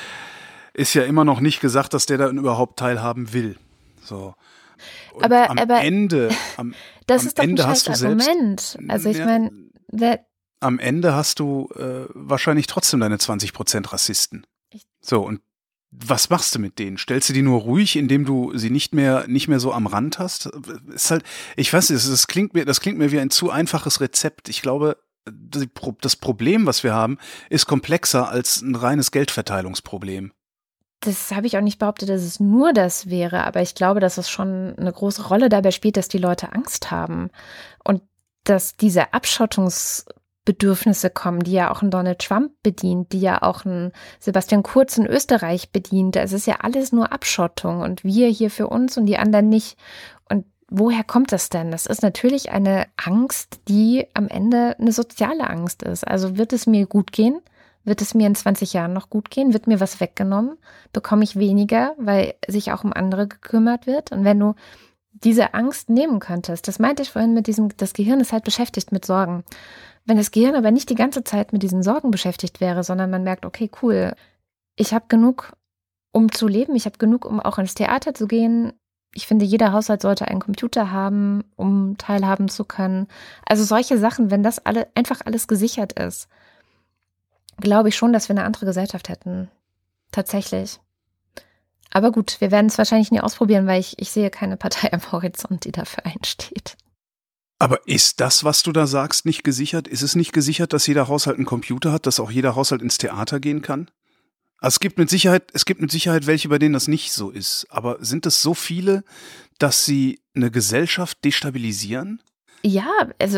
ist ja immer noch nicht gesagt, dass der da überhaupt teilhaben will. So. Und aber am aber Ende, am, das am ist doch Ende ein hast scheiß du selbst, Argument. Also ich ja, meine, wer am Ende hast du äh, wahrscheinlich trotzdem deine zwanzig Prozent Rassisten. So, und was machst du mit denen? Stellst du die nur ruhig, indem du sie nicht mehr nicht mehr so am Rand hast? Ist halt, ich weiß nicht, das klingt mir, das klingt mir wie ein zu einfaches Rezept. Ich glaube, das Problem, was wir haben, ist komplexer als ein reines Geldverteilungsproblem. Das habe ich auch nicht behauptet, dass es nur das wäre, aber ich glaube, dass es schon eine große Rolle dabei spielt, dass die Leute Angst haben und dass diese Abschottungsbedürfnisse kommen, die ja auch ein Donald Trump bedient, die ja auch ein Sebastian Kurz in Österreich bedient. Es ist ja alles nur Abschottung und wir hier für uns und die anderen nicht. Und woher kommt das denn? Das ist natürlich eine Angst, die am Ende eine soziale Angst ist. Also wird es mir gut gehen? Wird es mir in zwanzig Jahren noch gut gehen? Wird mir was weggenommen? Bekomme ich weniger, weil sich auch um andere gekümmert wird? Und wenn du diese Angst nehmen könntest, das meinte ich vorhin mit diesem, das Gehirn ist halt beschäftigt mit Sorgen. Wenn das Gehirn aber nicht die ganze Zeit mit diesen Sorgen beschäftigt wäre, sondern man merkt, okay, cool, ich habe genug, um zu leben, ich habe genug, um auch ins Theater zu gehen. Ich finde, jeder Haushalt sollte einen Computer haben, um teilhaben zu können. Also solche Sachen, wenn das alle einfach alles gesichert ist, glaube ich schon, dass wir eine andere Gesellschaft hätten. Tatsächlich. Aber gut, wir werden es wahrscheinlich nie ausprobieren, weil ich, ich sehe keine Partei am Horizont, die dafür einsteht. Aber ist das, was du da sagst, nicht gesichert? Ist es nicht gesichert, dass jeder Haushalt einen Computer hat, dass auch jeder Haushalt ins Theater gehen kann? Also es gibt mit Sicherheit, es gibt mit Sicherheit welche, bei denen das nicht so ist. Aber sind es so viele, dass sie eine Gesellschaft destabilisieren? Ja, also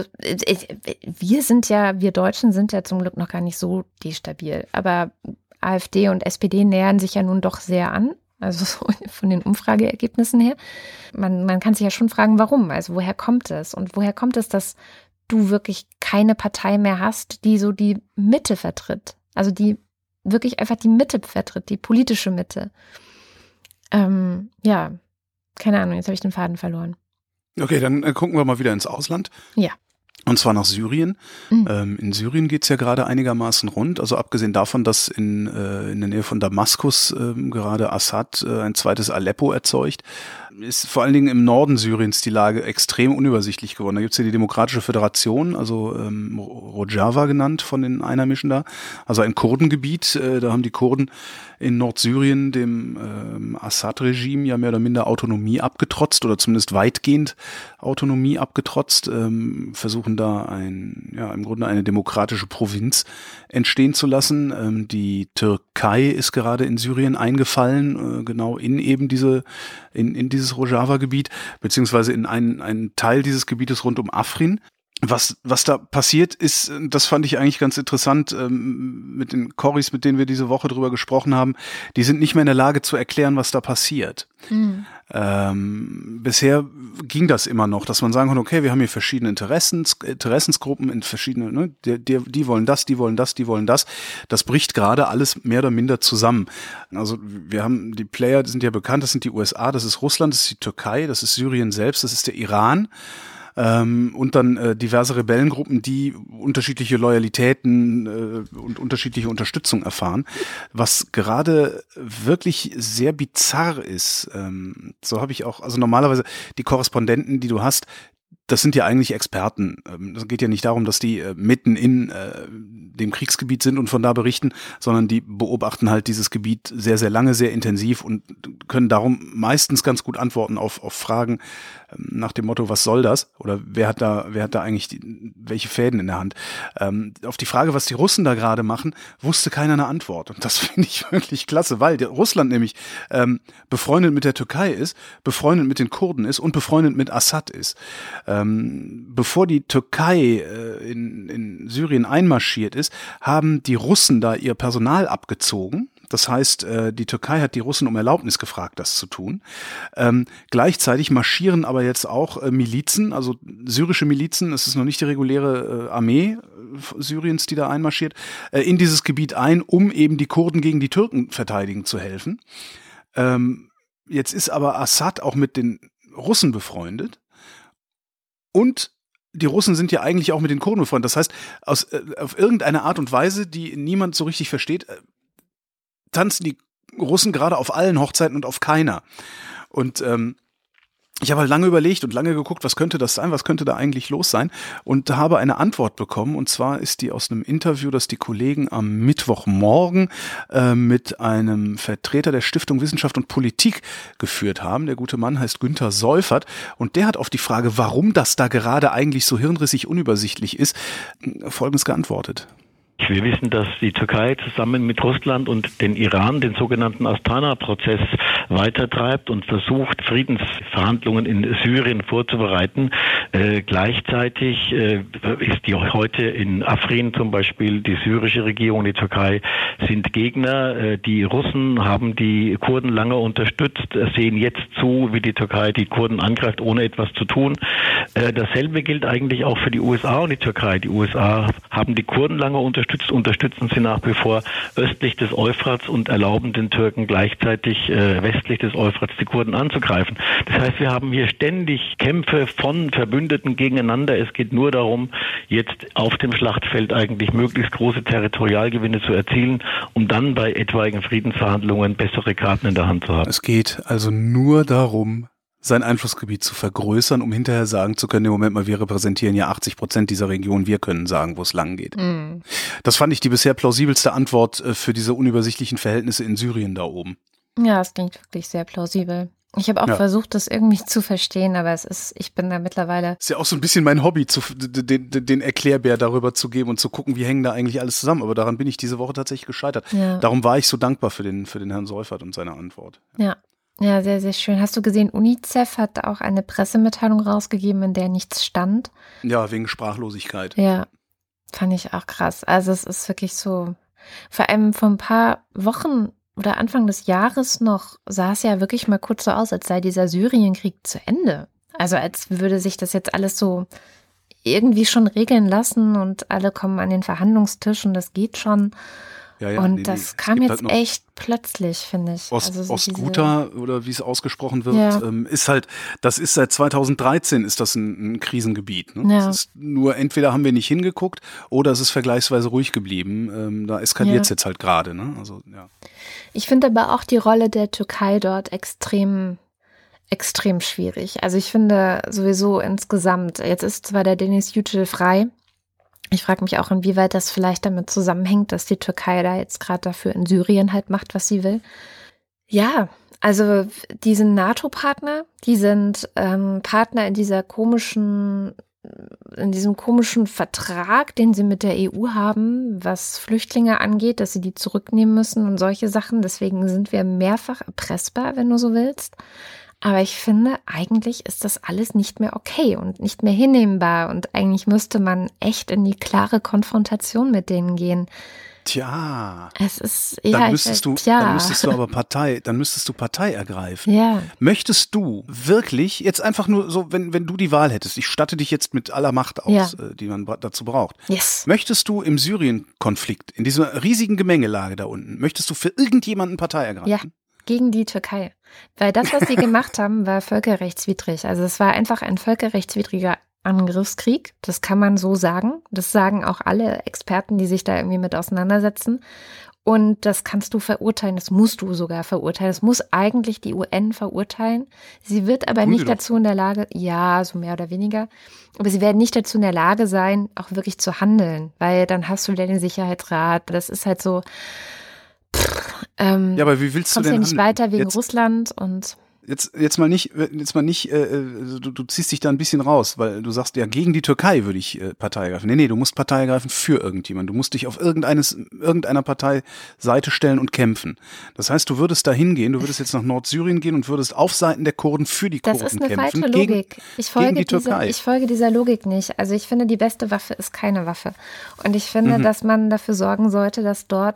wir sind ja, wir Deutschen sind ja zum Glück noch gar nicht so destabil. Aber AfD und S P D nähern sich ja nun doch sehr an. Also so von den Umfrageergebnissen her. Man, man kann sich ja schon fragen, warum? Also woher kommt es? Und woher kommt es, dass du wirklich keine Partei mehr hast, die so die Mitte vertritt? Also die wirklich einfach die Mitte vertritt, die politische Mitte. Ähm, ja, keine Ahnung, jetzt habe ich den Faden verloren. Okay, dann äh, gucken wir mal wieder ins Ausland. Ja. Und zwar nach Syrien. Mhm. Ähm, in Syrien geht's ja gerade einigermaßen rund. Also abgesehen davon, dass in, äh, in der Nähe von Damaskus äh, gerade Assad äh, ein zweites Aleppo erzeugt, ist vor allen Dingen im Norden Syriens die Lage extrem unübersichtlich geworden. Da gibt's ja die Demokratische Föderation, also ähm, Rojava genannt von den Einheimischen da. Also ein Kurdengebiet. Äh, da haben die Kurden in Nordsyrien dem ähm, Assad-Regime ja mehr oder minder Autonomie abgetrotzt oder zumindest weitgehend Autonomie abgetrotzt, ähm, versuchen da ein, ja, im Grunde eine demokratische Provinz entstehen zu lassen. Ähm, die Türkei ist gerade in Syrien eingefallen, äh, genau in eben diese, in, in dieses Rojava-Gebiet, beziehungsweise in einen, einen Teil dieses Gebietes rund um Afrin. Was, was da passiert ist, das fand ich eigentlich ganz interessant, ähm, mit den Corris, mit denen wir diese Woche drüber gesprochen haben, die sind nicht mehr in der Lage zu erklären, was da passiert. Mhm. Ähm, bisher ging das immer noch, dass man sagen konnte, okay, wir haben hier verschiedene Interessens, Interessensgruppen in verschiedene, ne, die, die, die wollen das, die wollen das, die wollen das. Das bricht gerade alles mehr oder minder zusammen. Also wir haben die Player, die sind ja bekannt, das sind die U S A, das ist Russland, das ist die Türkei, das ist Syrien selbst, das ist der Iran. Ähm, und dann äh, diverse Rebellengruppen, die unterschiedliche Loyalitäten äh, und unterschiedliche Unterstützung erfahren. Was gerade wirklich sehr bizarr ist, ähm, so habe ich auch, also normalerweise die Korrespondenten, die du hast, das sind ja eigentlich Experten. Es geht ja nicht darum, dass die mitten in äh, dem Kriegsgebiet sind und von da berichten, sondern die beobachten halt dieses Gebiet sehr, sehr lange, sehr intensiv und können darum meistens ganz gut antworten auf, auf Fragen ähm, nach dem Motto, was soll das? Oder wer hat da, wer hat da eigentlich die, welche Fäden in der Hand? Ähm, auf die Frage, was die Russen da gerade machen, wusste keiner eine Antwort. Und das finde ich wirklich klasse, weil der Russland nämlich ähm, befreundet mit der Türkei ist, befreundet mit den Kurden ist und befreundet mit Assad ist. Ähm, bevor die Türkei äh, in, in Syrien einmarschiert ist, haben die Russen da ihr Personal abgezogen. Das heißt, die Türkei hat die Russen um Erlaubnis gefragt, das zu tun. Ähm, gleichzeitig marschieren aber jetzt auch äh, Milizen, also syrische Milizen, es ist noch nicht die reguläre äh, Armee äh, Syriens, die da einmarschiert, äh, in dieses Gebiet ein, um eben die Kurden gegen die Türken verteidigen zu helfen. Ähm, jetzt ist aber Assad auch mit den Russen befreundet und die Russen sind ja eigentlich auch mit den Kurden befreundet. Das heißt, aus, äh, auf irgendeine Art und Weise, die niemand so richtig versteht, äh, tanzen die Russen gerade auf allen Hochzeiten und auf keiner. Und ähm, ich habe halt lange überlegt und lange geguckt, was könnte das sein, was könnte da eigentlich los sein, und habe eine Antwort bekommen, und zwar ist die aus einem Interview, das die Kollegen am Mittwochmorgen äh, mit einem Vertreter der Stiftung Wissenschaft und Politik geführt haben. Der gute Mann heißt Günther Seufert, und der hat auf die Frage, warum das da gerade eigentlich so hirnrissig unübersichtlich ist, Folgendes geantwortet. Wir wissen, dass die Türkei zusammen mit Russland und den Iran den sogenannten Astana-Prozess weitertreibt und versucht, Friedensverhandlungen in Syrien vorzubereiten. Äh, gleichzeitig äh, ist die heute in Afrin zum Beispiel die syrische Regierung, die Türkei sind Gegner. Äh, die Russen haben die Kurden lange unterstützt, sehen jetzt zu, wie die Türkei die Kurden angreift, ohne etwas zu tun. Äh, dasselbe gilt eigentlich auch für die U S A und die Türkei. Die U S A haben die Kurden lange unterstützt. unterstützen sie nach wie vor östlich des Euphrats und erlauben den Türken gleichzeitig äh, westlich des Euphrats die Kurden anzugreifen. Das heißt, wir haben hier ständig Kämpfe von Verbündeten gegeneinander. Es geht nur darum, jetzt auf dem Schlachtfeld eigentlich möglichst große Territorialgewinne zu erzielen, um dann bei etwaigen Friedensverhandlungen bessere Karten in der Hand zu haben. Es geht also nur darum, sein Einflussgebiet zu vergrößern, um hinterher sagen zu können, im Moment mal, wir repräsentieren ja achtzig Prozent dieser Region, wir können sagen, wo es lang geht. Mm. Das fand ich die bisher plausibelste Antwort für diese unübersichtlichen Verhältnisse in Syrien da oben. Ja, es klingt wirklich sehr plausibel. Ich habe auch ja. versucht, das irgendwie zu verstehen, aber es ist, ich bin da mittlerweile... Ist ja auch so ein bisschen mein Hobby, zu, den, den Erklärbär darüber zu geben und zu gucken, wie hängen da eigentlich alles zusammen. Aber daran bin ich diese Woche tatsächlich gescheitert. Ja. Darum war ich so dankbar für den, für den Herrn Seufert und seine Antwort. Ja. Ja, sehr, sehr schön. Hast du gesehen, UNICEF hat auch eine Pressemitteilung rausgegeben, in der nichts stand? Ja, wegen Sprachlosigkeit. Ja, fand ich auch krass. Also es ist wirklich so, vor allem vor ein paar Wochen oder Anfang des Jahres noch, sah es ja wirklich mal kurz so aus, als sei dieser Syrienkrieg zu Ende. Also als würde sich das jetzt alles so irgendwie schon regeln lassen und alle kommen an den Verhandlungstisch und das geht schon. Ja, ja, und nee, das nee. kam jetzt halt echt plötzlich, finde ich. Ost, also so Ostguta diese... oder wie es ausgesprochen wird, ja. ähm, ist halt, das ist seit zweitausenddreizehn ist das ein, ein Krisengebiet. Ne? Ja. Das ist nur, entweder haben wir nicht hingeguckt oder es ist vergleichsweise ruhig geblieben. Ähm, da eskaliert es ja. jetzt halt gerade. Ne? Also, ja. Ich finde aber auch die Rolle der Türkei dort extrem extrem schwierig. Also ich finde sowieso insgesamt, jetzt ist zwar der Deniz Yücel frei, ich frage mich auch, inwieweit das vielleicht damit zusammenhängt, dass die Türkei da jetzt gerade dafür in Syrien halt macht, was sie will. Ja, also die sind NATO-Partner, die sind ähm, Partner in dieser komischen, in diesem komischen Vertrag, den sie mit der E U haben, was Flüchtlinge angeht, dass sie die zurücknehmen müssen und solche Sachen. Deswegen sind wir mehrfach erpressbar, wenn du so willst. Aber ich finde, eigentlich ist das alles nicht mehr okay und nicht mehr hinnehmbar. Und eigentlich müsste man echt in die klare Konfrontation mit denen gehen. Tja, es ist, ja, dann, müsstest ich, du, tja. dann müsstest du aber Partei, dann müsstest du Partei ergreifen. Ja. Möchtest du wirklich, jetzt einfach nur so, wenn, wenn du die Wahl hättest, ich statte dich jetzt mit aller Macht aus, ja. die man dazu braucht. Yes. Möchtest du im Syrien-Konflikt, in dieser riesigen Gemengelage da unten, möchtest du für irgendjemanden Partei ergreifen? Ja. Gegen die Türkei. Weil das, was sie gemacht haben, war völkerrechtswidrig. Also es war einfach ein völkerrechtswidriger Angriffskrieg. Das kann man so sagen. Das sagen auch alle Experten, die sich da irgendwie mit auseinandersetzen. Und das kannst du verurteilen. Das musst du sogar verurteilen. Das muss eigentlich die U N verurteilen. Sie wird aber nicht dazu in der Lage, ja, so mehr oder weniger, aber sie werden nicht dazu in der Lage sein, auch wirklich zu handeln. Weil dann hast du den Sicherheitsrat. Das ist halt so... Ähm, ja, aber wie willst du denn ja nicht handeln? weiter wegen jetzt, Russland und jetzt jetzt mal nicht jetzt mal nicht äh, du, du ziehst dich da ein bisschen raus, weil du sagst ja, gegen die Türkei würde ich äh, Partei ergreifen. Nee, nee, du musst Partei ergreifen für irgendjemanden. Du musst dich auf irgendeines irgendeiner Partei Seite stellen und kämpfen. Das heißt, du würdest da hingehen, du würdest jetzt nach Nordsyrien gehen und würdest auf Seiten der Kurden für die Kurden kämpfen. Das ist eine kämpfen, falsche Logik. Gegen, ich folge gegen die dieser, Türkei. ich folge dieser Logik nicht. Also ich finde, die beste Waffe ist keine Waffe. Und ich finde, mhm. dass man dafür sorgen sollte, dass dort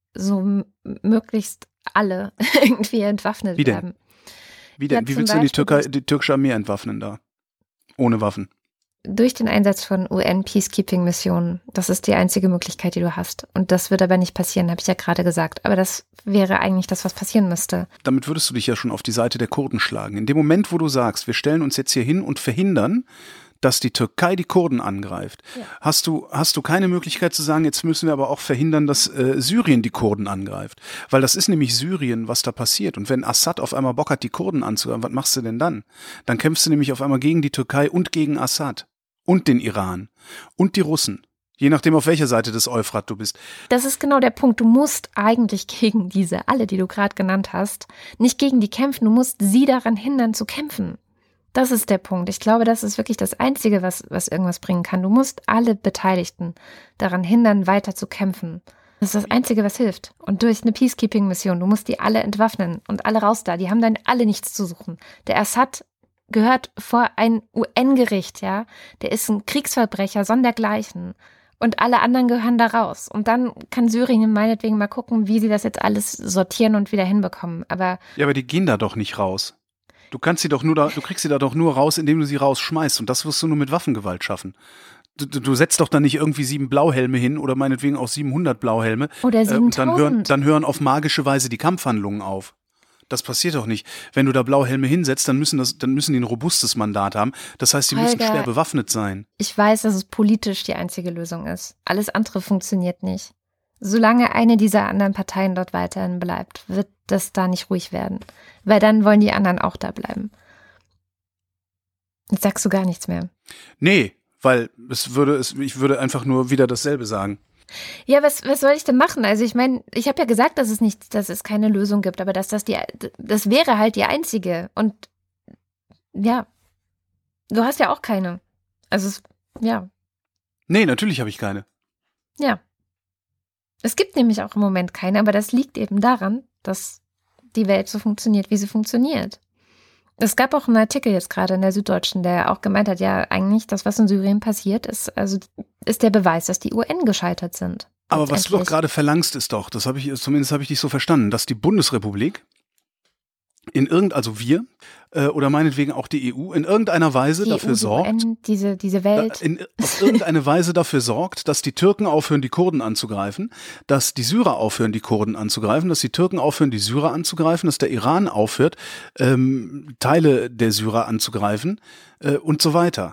so m- möglichst alle irgendwie entwaffnet Wie denn? werden. Wie denn? Ja, Wie zum willst du die, Beispiel Türkei, durch- die türkische Armee entwaffnen da? Ohne Waffen. Durch den Einsatz von U N-Peacekeeping-Missionen. Das ist die einzige Möglichkeit, die du hast. Und das wird aber nicht passieren, habe ich ja gerade gesagt. Aber das wäre eigentlich das, was passieren müsste. Damit würdest du dich ja schon auf die Seite der Kurden schlagen. In dem Moment, wo du sagst, wir stellen uns jetzt hier hin und verhindern, dass die Türkei die Kurden angreift, Ja. hast du, hast du keine Möglichkeit zu sagen, jetzt müssen wir aber auch verhindern, dass äh, Syrien die Kurden angreift. Weil das ist nämlich Syrien, was da passiert. Und wenn Assad auf einmal Bock hat, die Kurden anzugreifen, was machst du denn dann? Dann kämpfst du nämlich auf einmal gegen die Türkei und gegen Assad und den Iran und die Russen. Je nachdem, auf welcher Seite des Euphrat du bist. Das ist genau der Punkt. Du musst eigentlich gegen diese, alle, die du gerade genannt hast, nicht gegen die kämpfen. Du musst sie daran hindern zu kämpfen. Das ist der Punkt. Ich glaube, das ist wirklich das Einzige, was, was irgendwas bringen kann. Du musst alle Beteiligten daran hindern, weiter zu kämpfen. Das ist das Einzige, was hilft. Und durch eine Peacekeeping-Mission, du musst die alle entwaffnen und alle raus da. Die haben dann alle nichts zu suchen. Der Assad gehört vor ein U N-Gericht, ja. Der ist ein Kriegsverbrecher, sondergleichen. Und alle anderen gehören da raus. Und dann kann Syrien meinetwegen mal gucken, wie sie das jetzt alles sortieren und wieder hinbekommen. Aber Ja, aber die gehen da doch nicht raus. Du kannst sie doch nur da, du kriegst sie da doch nur raus, indem du sie rausschmeißt. Und das wirst du nur mit Waffengewalt schaffen. Du, du, du setzt doch dann nicht irgendwie sieben Blauhelme hin oder meinetwegen auch siebenhundert Blauhelme. Oder äh, und dann hören, siebentausend. dann hören auf magische Weise die Kampfhandlungen auf. Das passiert doch nicht. Wenn du da Blauhelme hinsetzt, dann müssen, das, dann müssen die ein robustes Mandat haben. Das heißt, die müssen Holger, schwer bewaffnet sein. Ich weiß, dass es politisch die einzige Lösung ist. Alles andere funktioniert nicht. Solange eine dieser anderen Parteien dort weiterhin bleibt, wird das da nicht ruhig werden. Weil dann wollen die anderen auch da bleiben. Jetzt sagst du gar nichts mehr. Nee, weil es würde, es, ich würde einfach nur wieder dasselbe sagen. Ja, was, was soll ich denn machen? Also ich meine, ich habe ja gesagt, dass es nicht, dass es keine Lösung gibt, aber dass das die, das wäre halt die einzige. Und ja, du hast ja auch keine. Also es, ja, Nee, natürlich habe ich keine. ja. Es gibt nämlich auch im Moment keine, aber das liegt eben daran, dass die Welt so funktioniert, wie sie funktioniert. Es gab auch einen Artikel jetzt gerade in der Süddeutschen, der auch gemeint hat, ja, eigentlich das, was in Syrien passiert, ist, also ist der Beweis, dass die U N gescheitert sind. Aber was du doch Letztendlich. gerade verlangst, ist doch, das habe ich, zumindest habe ich dich so verstanden, dass die Bundesrepublik in irgend, also wir, äh, oder meinetwegen auch die E U, in irgendeiner Weise Die dafür U sorgt, N, diese, diese da, Welt. in, auf irgendeine Weise dafür sorgt, dass die Türken aufhören, die Kurden anzugreifen, dass die Syrer aufhören, die Kurden anzugreifen, dass die Türken aufhören, die Syrer anzugreifen, dass der Iran aufhört, ähm, Teile der Syrer anzugreifen äh, und so weiter.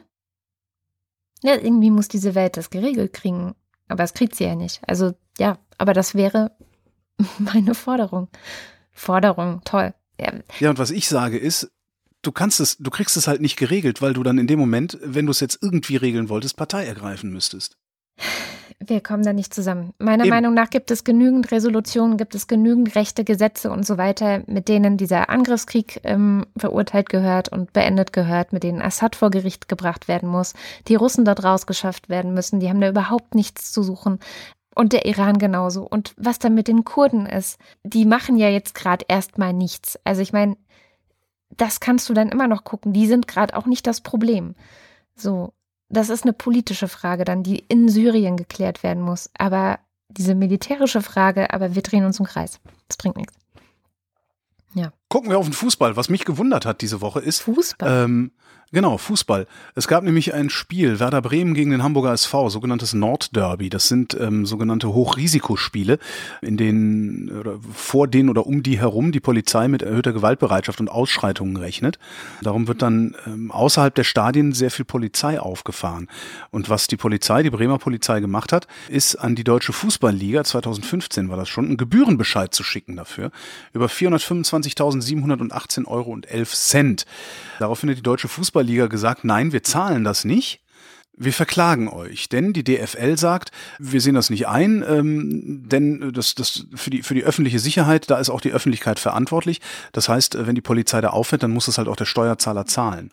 Ja, irgendwie muss diese Welt das geregelt kriegen. Aber das kriegt sie ja nicht. Also ja, aber das wäre meine Forderung. Forderung, toll. Ja, Ja, und was ich sage ist, du kannst es, du kriegst es halt nicht geregelt, weil du dann in dem Moment, wenn du es jetzt irgendwie regeln wolltest, Partei ergreifen müsstest. wir kommen da nicht zusammen. Meiner Eben. Meinung nach gibt es genügend Resolutionen, gibt es genügend Rechte, Gesetze und so weiter, mit denen dieser Angriffskrieg ähm, verurteilt gehört und beendet gehört, mit denen Assad vor Gericht gebracht werden muss, die Russen dort rausgeschafft werden müssen, die haben da überhaupt nichts zu suchen. Und der Iran genauso. Und was dann mit den Kurden ist, die machen ja jetzt gerade erstmal nichts. Also ich meine, das kannst du dann immer noch gucken. Die sind gerade auch nicht das Problem. So, das ist eine politische Frage dann, die in Syrien geklärt werden muss. Aber diese militärische Frage, aber wir drehen uns im Kreis. Das bringt nichts. Ja. Gucken wir auf den Fußball. Was mich gewundert hat diese Woche ist, Fußball. ähm, genau, Fußball. Es gab nämlich ein Spiel, Werder Bremen gegen den Hamburger S V, sogenanntes Nordderby. Das sind ähm, sogenannte Hochrisikospiele, in denen oder vor denen oder um die herum die Polizei mit erhöhter Gewaltbereitschaft und Ausschreitungen rechnet. Darum wird dann ähm, außerhalb der Stadien sehr viel Polizei aufgefahren. Und was die Polizei, die Bremer Polizei gemacht hat, ist an die Deutsche Fußballliga, zweitausendfünfzehn war das schon, einen Gebührenbescheid zu schicken dafür, über vierhundertfünfundzwanzigtausendsiebenhundertachtzehn Euro und elf Cent. Daraufhin hat die Deutsche Fußballliga gesagt, nein, wir zahlen das nicht. Wir verklagen euch, denn die D F L sagt, wir sehen das nicht ein, ähm, denn das, das für die für die öffentliche Sicherheit, da ist auch die Öffentlichkeit verantwortlich. Das heißt, wenn die Polizei da auffährt, dann muss es halt auch der Steuerzahler zahlen.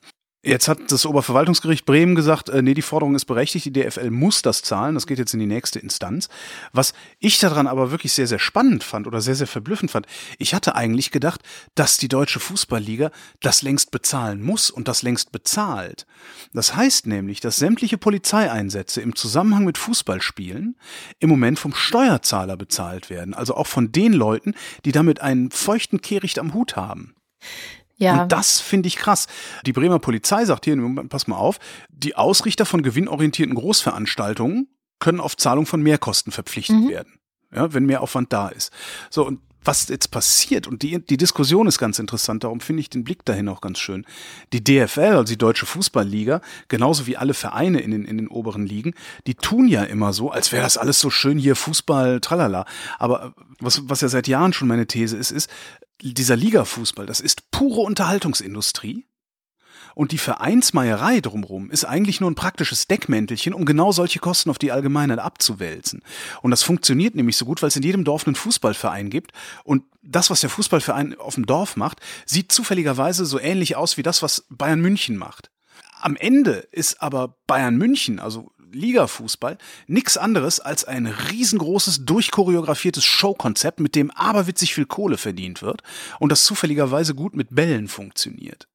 Jetzt hat das Oberverwaltungsgericht Bremen gesagt, äh, nee, die Forderung ist berechtigt, die D F L muss das zahlen, das geht jetzt in die nächste Instanz. Was ich daran aber wirklich sehr, sehr spannend fand oder sehr, sehr verblüffend fand, ich hatte eigentlich gedacht, dass die Deutsche Fußballliga das längst bezahlen muss und das längst bezahlt. Das heißt nämlich, dass sämtliche Polizeieinsätze im Zusammenhang mit Fußballspielen im Moment vom Steuerzahler bezahlt werden, also auch von den Leuten, die damit einen feuchten Kehricht am Hut haben. Ja. Und das finde ich krass. Die Bremer Polizei sagt hier, pass mal auf, die Ausrichter von gewinnorientierten Großveranstaltungen können auf Zahlung von Mehrkosten verpflichtet mhm. werden, ja, wenn Mehraufwand da ist. So, und was jetzt passiert, und die, die Diskussion ist ganz interessant, darum finde ich den Blick dahin auch ganz schön. Die D F L, also die Deutsche Fußballliga, genauso wie alle Vereine in den, in den oberen Ligen, die tun ja immer so, als wäre das alles so schön hier, Fußball, tralala. Aber was, was ja seit Jahren schon meine These ist, ist, dieser Ligafußball, das ist pure Unterhaltungsindustrie. Und die Vereinsmeierei drumherum ist eigentlich nur ein praktisches Deckmäntelchen, um genau solche Kosten auf die Allgemeinheit abzuwälzen. Und das funktioniert nämlich so gut, weil es in jedem Dorf einen Fußballverein gibt. Und das, was der Fußballverein auf dem Dorf macht, sieht zufälligerweise so ähnlich aus wie das, was Bayern München macht. Am Ende ist aber Bayern München, also Ligafußball, nichts anderes als ein riesengroßes, durchchoreografiertes Showkonzept, mit dem aberwitzig viel Kohle verdient wird und das zufälligerweise gut mit Bällen funktioniert.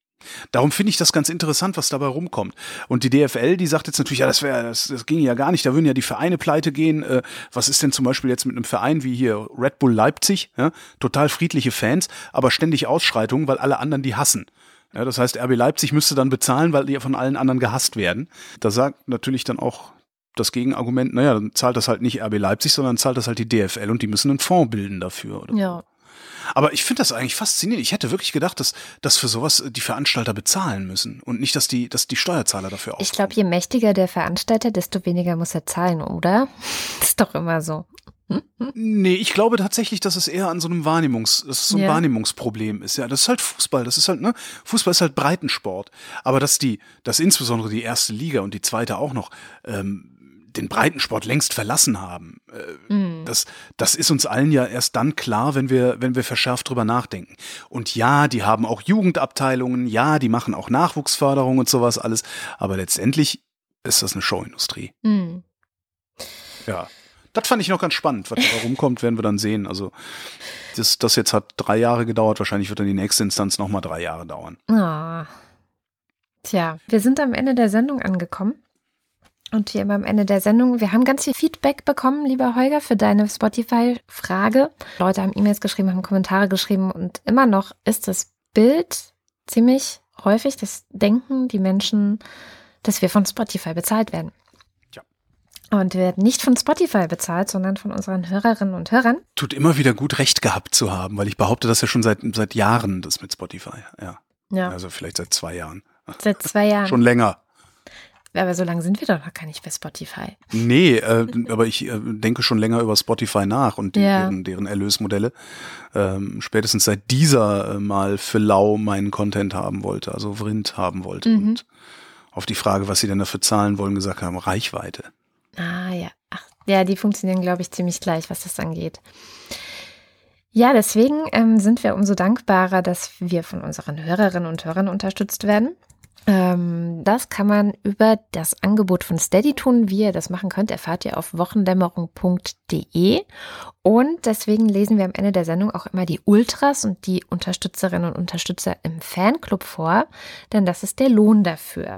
Darum finde ich das ganz interessant, was dabei rumkommt. Und die D F L, die sagt jetzt natürlich, ja, das wäre, das, das ging ja gar nicht, da würden ja die Vereine pleite gehen. Äh, was ist denn zum Beispiel jetzt mit einem Verein wie hier Red Bull Leipzig? Ja? Total friedliche Fans, aber ständig Ausschreitungen, weil alle anderen die hassen. Ja, das heißt, R B Leipzig müsste dann bezahlen, weil die von allen anderen gehasst werden. Da sagt natürlich dann auch das Gegenargument, naja, dann zahlt das halt nicht R B Leipzig, sondern zahlt das halt die D F L und die müssen einen Fonds bilden dafür. Oder? Ja. Aber ich finde das eigentlich faszinierend. Ich hätte wirklich gedacht, dass, dass für sowas die Veranstalter bezahlen müssen und nicht, dass die, dass die Steuerzahler dafür aufkommen. Ich glaube, je mächtiger der Veranstalter, desto weniger muss er zahlen, oder? Das ist doch immer so. Nee, ich glaube tatsächlich, dass es eher an so einem Wahrnehmungs, dass es so ein ja. Wahrnehmungsproblem ist. Ja, das ist halt Fußball. Das ist halt, ne? Fußball ist halt Breitensport. Aber dass die, dass insbesondere die erste Liga und die zweite auch noch, ähm, den Breitensport längst verlassen haben. Äh, mm. Das, das ist uns allen ja erst dann klar, wenn wir, wenn wir verschärft drüber nachdenken. Und ja, die haben auch Jugendabteilungen, ja, die machen auch Nachwuchsförderung und sowas alles. Aber letztendlich ist das eine Showindustrie. Mm. Ja. Das fand ich noch ganz spannend. Was da rumkommt, werden wir dann sehen. Also das, das jetzt hat drei Jahre gedauert. Wahrscheinlich wird dann die nächste Instanz nochmal drei Jahre dauern. Oh. Tja, wir sind am Ende der Sendung angekommen. Und wie immer am Ende der Sendung, wir haben ganz viel Feedback bekommen, lieber Holger, für deine Spotify-Frage. Leute haben E-Mails geschrieben, haben Kommentare geschrieben und immer noch ist das Bild ziemlich häufig, das denken die Menschen, dass wir von Spotify bezahlt werden. Und wir werden nicht von Spotify bezahlt, sondern von unseren Hörerinnen und Hörern. Tut immer wieder gut, Recht gehabt zu haben, weil ich behaupte das ja schon seit, seit Jahren, das mit Spotify. Ja. ja. Also vielleicht seit zwei Jahren. Seit zwei Jahren. Schon länger. Aber so lange sind wir doch noch gar nicht bei Spotify. Nee, äh, aber ich äh, denke schon länger über Spotify nach und die, ja. deren, deren Erlösmodelle. Ähm, spätestens seit dieser äh, mal für lau meinen Content haben wollte, also Vrind haben wollte. Mhm. Und auf die Frage, was sie denn dafür zahlen wollen, gesagt haben, Reichweite. Ah ja, ach, ja, die funktionieren, glaube ich, ziemlich gleich, was das angeht. Ja, deswegen ähm, sind wir umso dankbarer, dass wir von unseren Hörerinnen und Hörern unterstützt werden. Ähm, das kann man über das Angebot von Steady tun. Wie ihr das machen könnt, erfahrt ihr auf wochendämmerung punkt de. Und deswegen lesen wir am Ende der Sendung auch immer die Ultras und die Unterstützerinnen und Unterstützer im Fanclub vor, denn das ist der Lohn dafür.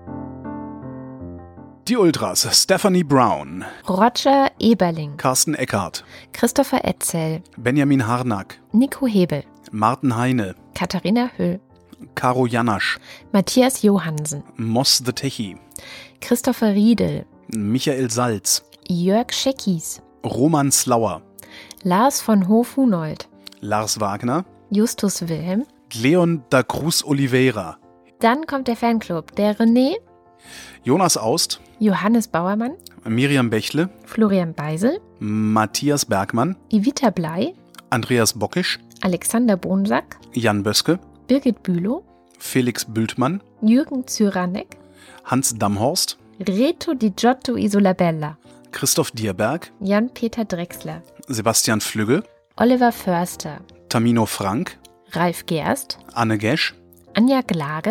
Die Ultras: Stephanie Brown, Roger Eberling, Carsten Eckhardt, Christopher Etzel, Benjamin Harnack, Nico Hebel, Martin Heine, Katharina Höll, Caro Janasch, Matthias Johansen, Moss the Techie, Christopher Riedel, Michael Salz, Jörg Scheckis, Roman Slauer, Lars von Hof-Hunold, Lars Wagner, Justus Wilhelm, Leon da Cruz Oliveira. Dann kommt der Fanclub, der René, Jonas Aust, Johannes Bauermann, Miriam Bächle, Florian Beisel, Matthias Bergmann, Evita Blei, Andreas Bockisch, Alexander Bonsack, Jan Böske, Birgit Bülow, Felix Bültmann, Jürgen Zyranek, Hans Damhorst, Reto Di Giotto Isolabella, Christoph Dierberg, Jan-Peter Drechsler, Sebastian Flügge, Oliver Förster, Tamino Frank, Ralf Gerst, Anne Gesch, Anja Glage,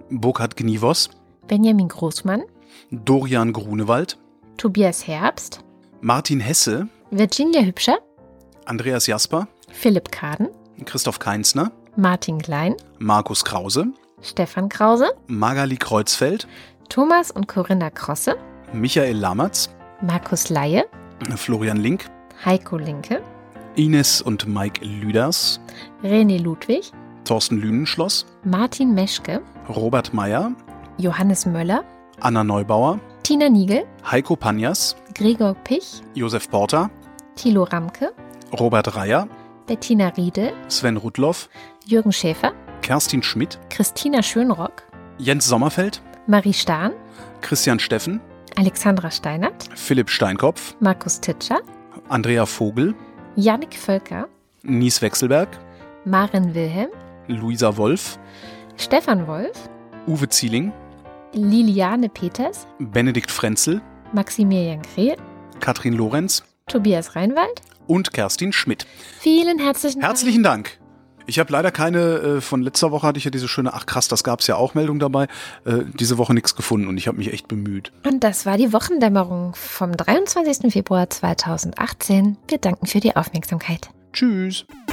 Burkhard Gnivos, Benjamin Großmann, Dorian Grunewald, Tobias Herbst, Martin Hesse, Virginia Hübscher, Andreas Jasper, Philipp Kaden, Christoph Keinsner, Martin Klein, Markus Krause, Stefan Krause, Magali Kreuzfeld, Thomas und Corinna Krosse, Michael Lamertz, Markus Laie, Florian Link, Heiko Linke, Ines und Mike Lüders, René Ludwig, Thorsten Lünenschloss, Martin Meschke, Robert Meyer, Johannes Möller, Anna Neubauer, Tina Niegel, Heiko Panjas, Gregor Pich, Josef Porter, Thilo Ramke, Robert Reyer, Bettina Riedel, Sven Rudloff, Jürgen Schäfer, Kerstin Schmidt, Christina Schönrock, Jens Sommerfeld, Marie Stahn, Christian Steffen, Alexandra Steinert, Philipp Steinkopf, Markus Titscher, Andrea Vogel, Jannik Völker, Nies Wechselberg, Maren Wilhelm, Luisa Wolf, Stefan Wolf, Uwe Zieling, Liliane Peters, Benedikt Frenzel, Maximilian Krehl, Katrin Lorenz Tobias Reinwald und Kerstin Schmidt. Vielen herzlichen Dank. Herzlichen Dank. Ich habe leider keine, äh, von letzter Woche hatte ich ja diese schöne, ach krass, das gab es ja auch, Meldung dabei, äh, diese Woche nichts gefunden und ich habe mich echt bemüht. Und das war die Wochendämmerung vom dreiundzwanzigsten Februar zweitausendachtzehn. Wir danken für die Aufmerksamkeit. Tschüss.